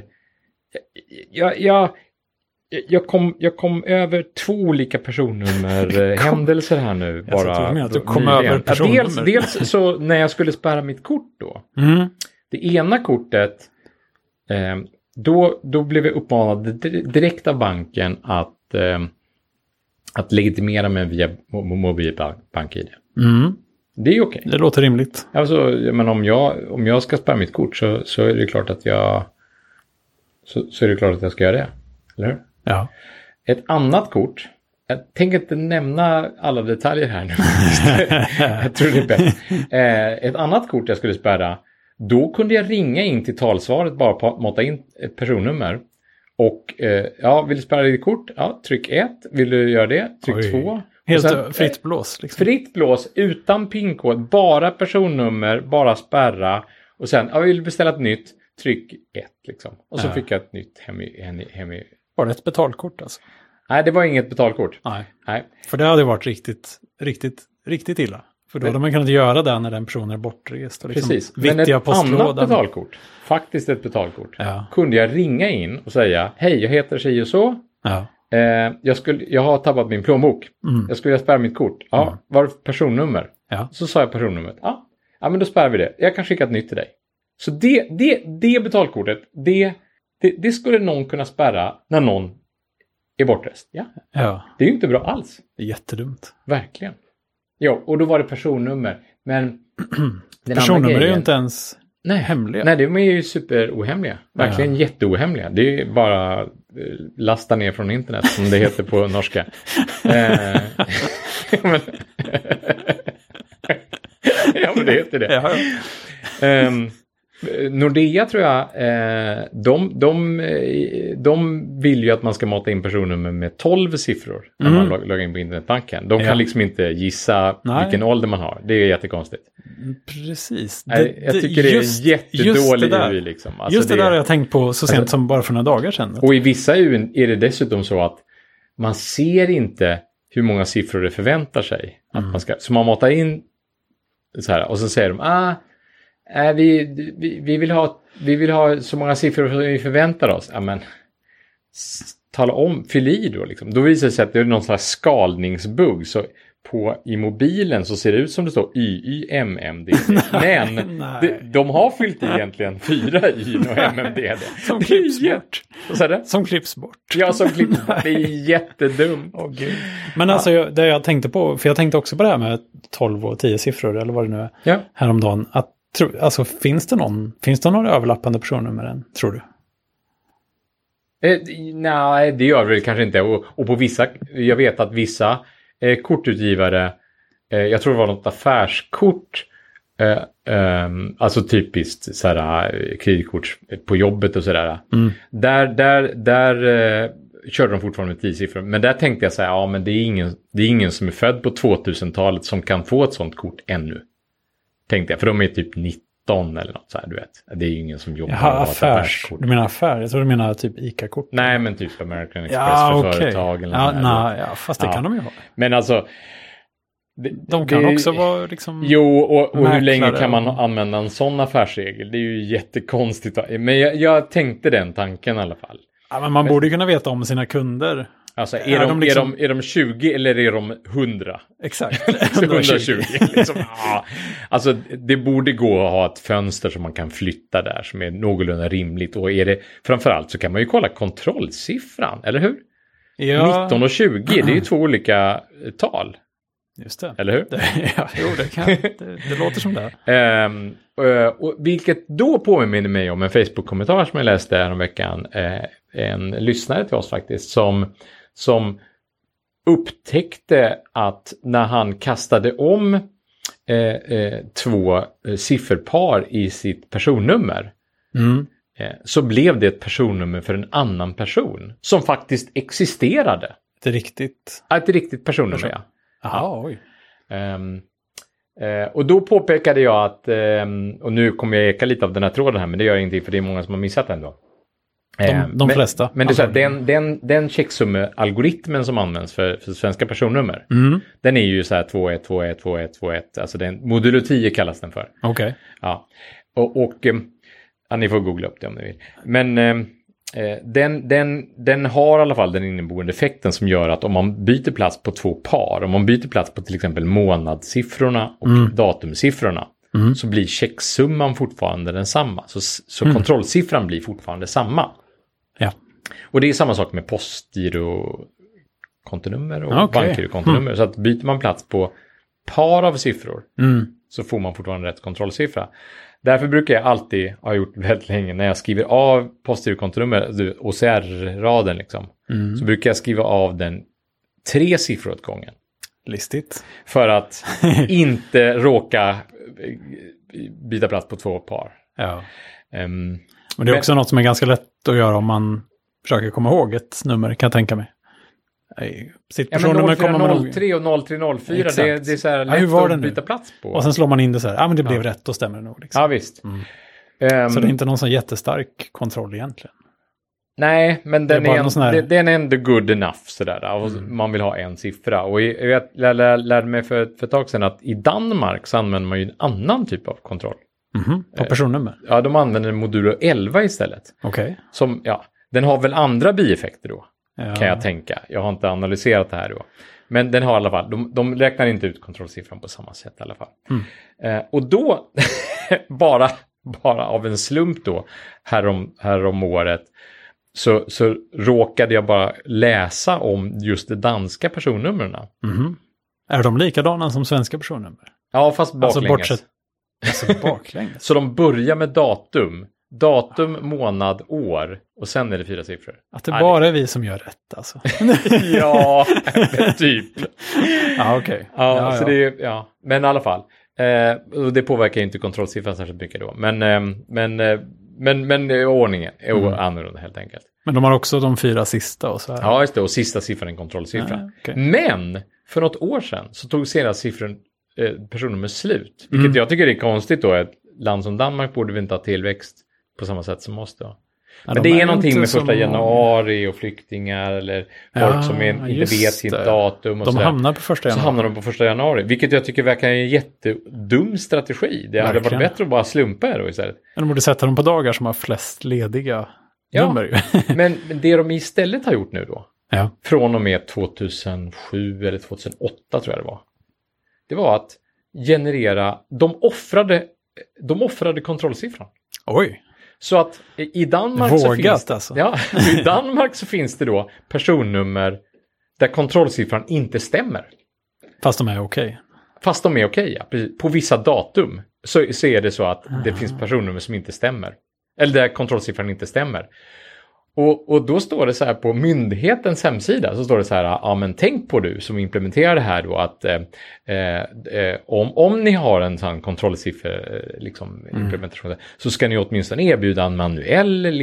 [SPEAKER 2] Jag kom över 2 olika personnummer händelser här nu.
[SPEAKER 1] Att du kom över personnummer.
[SPEAKER 2] Dels så när jag skulle spärra mitt kort då. Det ena kortet, då blev jag uppmanad direkt av banken att legitimera mig via mobilbank-ID. Det är ju okej.
[SPEAKER 1] Det låter rimligt.
[SPEAKER 2] Alltså, men om jag ska spärra mitt kort så är det klart att jag ska göra det. Eller hur?
[SPEAKER 1] Ja.
[SPEAKER 2] Ett annat kort. Jag tänker inte nämna alla detaljer här nu. Jag tror det är bättre. Ett annat kort jag skulle spärra. Då kunde jag ringa in till talsvaret bara mata in ett personnummer. Och vill du spärra ditt kort? Ja, tryck 1. Vill du göra det? Tryck 2.
[SPEAKER 1] Helt fritt blås. Liksom.
[SPEAKER 2] Fritt blås, utan pinkod, bara personnummer, bara spärra. Och sen, vill du beställa ett nytt? Tryck 1 liksom. Och så fick jag ett nytt hem i...
[SPEAKER 1] Var det ett betalkort alltså?
[SPEAKER 2] Nej, det var inget betalkort.
[SPEAKER 1] Nej. För det hade varit riktigt illa. För då hade man kunnat göra det när den personen är bortrest. Och liksom
[SPEAKER 2] precis, men ett annat betalkort, faktiskt ett betalkort, kunde jag ringa in och säga, hej, jag heter tjej och så. Jag har tappat min plånbok. Jag skulle vilja spärra mitt kort. Var det personnummer? Så sa jag personnumret. Ja, men då spärrar vi det. Jag kan skicka ett nytt till dig. Så det betalkortet, det skulle någon kunna spärra när någon är bortrest. Ja. Det är ju inte bra alls.
[SPEAKER 1] Det är jättedumt.
[SPEAKER 2] Verkligen. Ja, och då var det personnummer. Men
[SPEAKER 1] personnummer är ju inte ens hemliga.
[SPEAKER 2] Nej, de är ju superohemliga. Verkligen jätteohemliga. Det är bara lasta ner från internet, som det heter på norska. Men det heter det. Nordea tror jag, de vill ju att man ska mata in personnummer med 12 siffror när man loggar in på internetbanken. De kan liksom inte gissa vilken ålder man har. Det är jättekonstigt.
[SPEAKER 1] Precis.
[SPEAKER 2] Jag tycker det är jättedålig UI liksom. Alltså
[SPEAKER 1] just det där har jag tänkt på så sent som bara för några dagar sedan.
[SPEAKER 2] Och i vissa är det dessutom så att man ser inte hur många siffror det förväntar sig. Att man ska, så man matar in så här, och så säger de, vi vill ha så många siffror som vi förväntar oss. Ja, men tala om, fyll i då liksom. Då visar det sig att det är någon slags skalningsbugg. Så i mobilen så ser det ut som det står YYMMD. Men de har fyllt egentligen 4 Y och MMD.
[SPEAKER 1] Som klipps bort. Som klipps bort.
[SPEAKER 2] Ja, som klipps bort. Det är jättedumt.
[SPEAKER 1] Men alltså, det jag tänkte på, för jag tänkte också på det här med 12 och 10 siffror, eller vad det nu är, häromdagen, att alltså, finns det några överlappande personnummer än, tror du?
[SPEAKER 2] Nej, det gör det kanske inte. Och på vissa, jag vet att vissa kortutgivare, jag tror det var något affärskort, alltså typiskt såhär, kreditkort på jobbet och sådär. Där körde de fortfarande med 10 siffror. Men där tänkte jag säga, men det är ingen som är född på 2000-talet som kan få ett sånt kort ännu. Tänkte jag, för de är typ 19 eller något så här, du vet. Det är ju ingen som jobbar med affärskort.
[SPEAKER 1] Du menar affär? Jag tror du menar typ ICA-kort.
[SPEAKER 2] Nej, men typ American Express för företag. Eller
[SPEAKER 1] fast det kan de ju ha.
[SPEAKER 2] Men alltså...
[SPEAKER 1] De kan också vara liksom...
[SPEAKER 2] Jo, och hur länge kan man använda en sån affärsregel? Det är ju jättekonstigt. Men jag tänkte den tanken i alla fall.
[SPEAKER 1] Ja, men man borde kunna veta om sina kunder.
[SPEAKER 2] Alltså, är de 20 eller är de 100?
[SPEAKER 1] Exakt.
[SPEAKER 2] 120. Liksom. Ja. Alltså, det borde gå att ha ett fönster som man kan flytta där som är någorlunda rimligt. Och framförallt så kan man ju kolla kontrollsiffran, eller hur? Ja. 19 och 20, det är ju 2 olika tal.
[SPEAKER 1] Just det.
[SPEAKER 2] Eller hur?
[SPEAKER 1] Det låter som det.
[SPEAKER 2] Och vilket då påminner mig om en Facebook-kommentar som jag läste här om veckan. En lyssnare till oss faktiskt som upptäckte att när han kastade om två sifferpar i sitt personnummer. Så blev det ett personnummer för en annan person som faktiskt existerade.
[SPEAKER 1] Ett riktigt
[SPEAKER 2] personnummer, ja.
[SPEAKER 1] Jaha, oj.
[SPEAKER 2] Och då påpekade jag att, och nu kommer jag eka lite av den här tråden här, men det gör ingenting för det är många som har missat den då.
[SPEAKER 1] De flesta.
[SPEAKER 2] Men det är så här, den checksummealgoritmen som används för svenska personnummer, den är ju så här 21, 21, 21, 21. Alltså den, modulo 10 kallas den för.
[SPEAKER 1] Okej.
[SPEAKER 2] Ja. Och ni får googla upp det om ni vill. Men den har i alla fall den inneboende effekten som gör att om man byter plats på två par, om man byter plats på till exempel månadssiffrorna och datumsiffrorna, så blir checksumman fortfarande densamma. Så kontrollsiffran blir fortfarande samma.
[SPEAKER 1] Ja.
[SPEAKER 2] Och det är samma sak med postgirokontonummer och bankgirokontonummer. Så att byter man plats på par av siffror så får man fortfarande rätt kontrollsiffra. Därför brukar jag alltid, ha gjort väldigt länge, när jag skriver av postgirokontonummer, OCR-raden liksom, så brukar jag skriva av den 3 siffror åt gången.
[SPEAKER 1] Listigt.
[SPEAKER 2] För att inte råka byta plats på 2 par.
[SPEAKER 1] Ja. Men det är också något som är ganska lätt att göra om man försöker komma ihåg ett nummer, kan jag tänka mig. Sitt personnummer kommer man nog...
[SPEAKER 2] 03 och 0304, det är så här lätt att byta plats på.
[SPEAKER 1] Och sen slår man in det så här, men det blev rätt, då stämmer det nog. Liksom.
[SPEAKER 2] Ja, visst.
[SPEAKER 1] Så det är inte någon sån jättestark kontroll egentligen.
[SPEAKER 2] Nej, men den är ändå good enough sådär. Och man vill ha en siffra. Och jag lärde mig för ett tag sedan att i Danmark så använder man ju en annan typ av kontroll.
[SPEAKER 1] På personnummer?
[SPEAKER 2] Ja, de använder modulo 11 istället.
[SPEAKER 1] Okej.
[SPEAKER 2] Som, den har väl andra bieffekter då. Kan jag tänka. Jag har inte analyserat det här då. Men den har i alla fall, de räknar inte ut kontrollsiffran på samma sätt i alla fall. Och då, bara av en slump då, härom året, så råkade jag bara läsa om just de danska personnumren.
[SPEAKER 1] Är de likadana som svenska personnummer?
[SPEAKER 2] Ja, fast baklänges.
[SPEAKER 1] Alltså baklänges.
[SPEAKER 2] Så de börjar med datum, månad, år och sen är det 4 siffror.
[SPEAKER 1] Att det bara är vi som gör rätt alltså.
[SPEAKER 2] Ja, typ.
[SPEAKER 1] Ja, okej.
[SPEAKER 2] Ja, så det är, men i alla fall. Och det påverkar ju inte kontrollsiffran särskilt mycket då. Men ordningen är annorlunda helt enkelt.
[SPEAKER 1] Men de har också de 4 sista och så här.
[SPEAKER 2] Ja, just det. Och sista siffran är en kontrollsiffra. Okay. Men för något år sedan så tog senaste siffran personnummer slut. Vilket jag tycker är konstigt då. Ett land som Danmark borde vi inte ha tillväxt på samma sätt som oss då. Ja, men det är någonting med 1 januari och flyktingar eller folk som inte vet sitt datum. Och
[SPEAKER 1] de hamnar på 1 januari.
[SPEAKER 2] Så hamnar de på 1 januari. Vilket jag tycker verkar en jättedum strategi. Det hade varit bättre att bara slumpa då istället.
[SPEAKER 1] De borde sätta dem på dagar som har flest lediga nummer.
[SPEAKER 2] Men det de istället har gjort nu då. Från och med 2007 eller 2008 tror jag det var. Det var att generera, de offrade kontrollsiffran.
[SPEAKER 1] Oj.
[SPEAKER 2] Så att i Danmark i Danmark så finns det då personnummer där kontrollsiffran inte stämmer.
[SPEAKER 1] Fast de är okej.
[SPEAKER 2] Fast de är okej, ja. På vissa datum så är det så att det finns personnummer som inte stämmer. Eller där kontrollsiffran inte stämmer. Och då står det så här på myndighetens hemsida, så står det så här, men tänk på du som implementerar det här då att om ni har en sån kontrollsiffra implementation så ska ni åtminstone erbjuda en manuell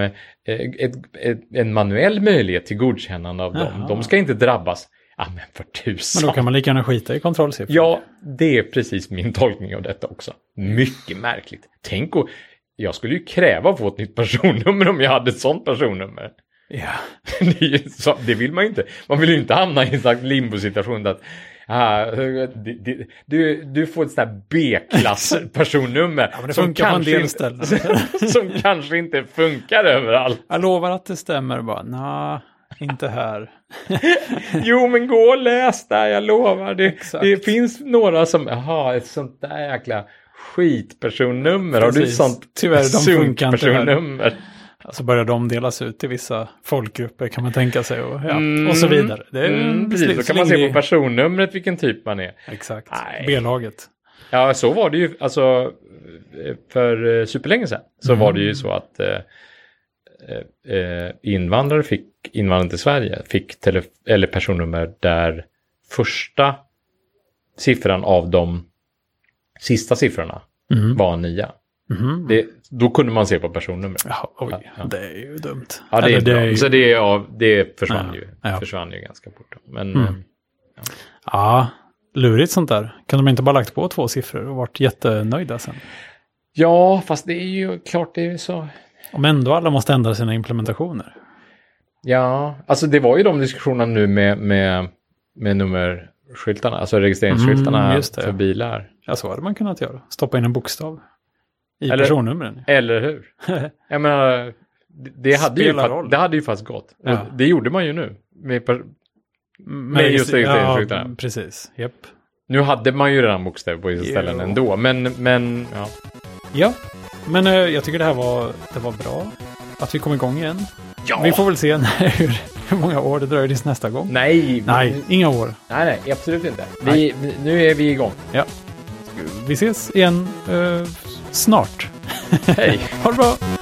[SPEAKER 2] en manuell möjlighet till godkännande av dem. De ska inte drabbas. Ja, men för tusan.
[SPEAKER 1] Men då kan man lika gärna skita i kontrollsiffror.
[SPEAKER 2] Ja, det är precis min tolkning av detta också. Mycket märkligt. Tänk jag skulle ju kräva att få ett nytt personnummer om jag hade ett sånt personnummer.
[SPEAKER 1] Ja.
[SPEAKER 2] Det vill man ju inte. Man vill ju inte hamna i en slags limbo-situation att du får ett sånt här B-klass personnummer
[SPEAKER 1] det funkar på en del ställen.
[SPEAKER 2] Som kanske inte funkar överallt.
[SPEAKER 1] Jag lovar att det stämmer bara. Inte här.
[SPEAKER 2] Jo, men gå och läs där, jag lovar. Det finns några som ett sånt där jäkla skitpersonnummer. Har du ett sånt personnummer?
[SPEAKER 1] Så börjar de delas ut till vissa folkgrupper kan man tänka sig och så vidare. Det är
[SPEAKER 2] precis, då kan man se på personnumret vilken typ man är.
[SPEAKER 1] Exakt, B-laget.
[SPEAKER 2] Ja, så var det ju, alltså för superlänge sedan så var det ju så att invandrare till Sverige fick eller personnummer där första siffran av de sista siffrorna var en 9. Då kunde man se på personnumret.
[SPEAKER 1] Det är ju dumt.
[SPEAKER 2] Ja, det är bra. Så det försvann ju ganska fort. Men,
[SPEAKER 1] lurigt sånt där. Kunde de inte bara lagt på 2 siffror och varit jättenöjda sen?
[SPEAKER 2] Ja, fast det är ju klart det är så.
[SPEAKER 1] Om ändå alla måste ändra sina implementationer.
[SPEAKER 2] Ja, alltså det var ju de diskussionerna nu med nummerskyltarna, alltså registreringsskyltarna för bilar.
[SPEAKER 1] Ja, så hade man kunnat göra. Stoppa in en bokstav i personnumren.
[SPEAKER 2] Eller hur? Jag menar, det hade ju fast gått. Ja. Det gjorde man ju nu med just registreringsskyltarna.
[SPEAKER 1] Ja, precis. Japp.
[SPEAKER 2] Nu hade man ju redan bokstäver på vissa ställen ändå, men ja.
[SPEAKER 1] Ja, men jag tycker det var bra att vi kom igång igen.
[SPEAKER 2] Ja.
[SPEAKER 1] Vi får väl se hur många år det dröjer tills nästa gång.
[SPEAKER 2] Nej,
[SPEAKER 1] inga år.
[SPEAKER 2] Nej, absolut inte. Nu är vi igång.
[SPEAKER 1] Ja. Vi ses igen snart.
[SPEAKER 2] Hej.
[SPEAKER 1] Ha det bra.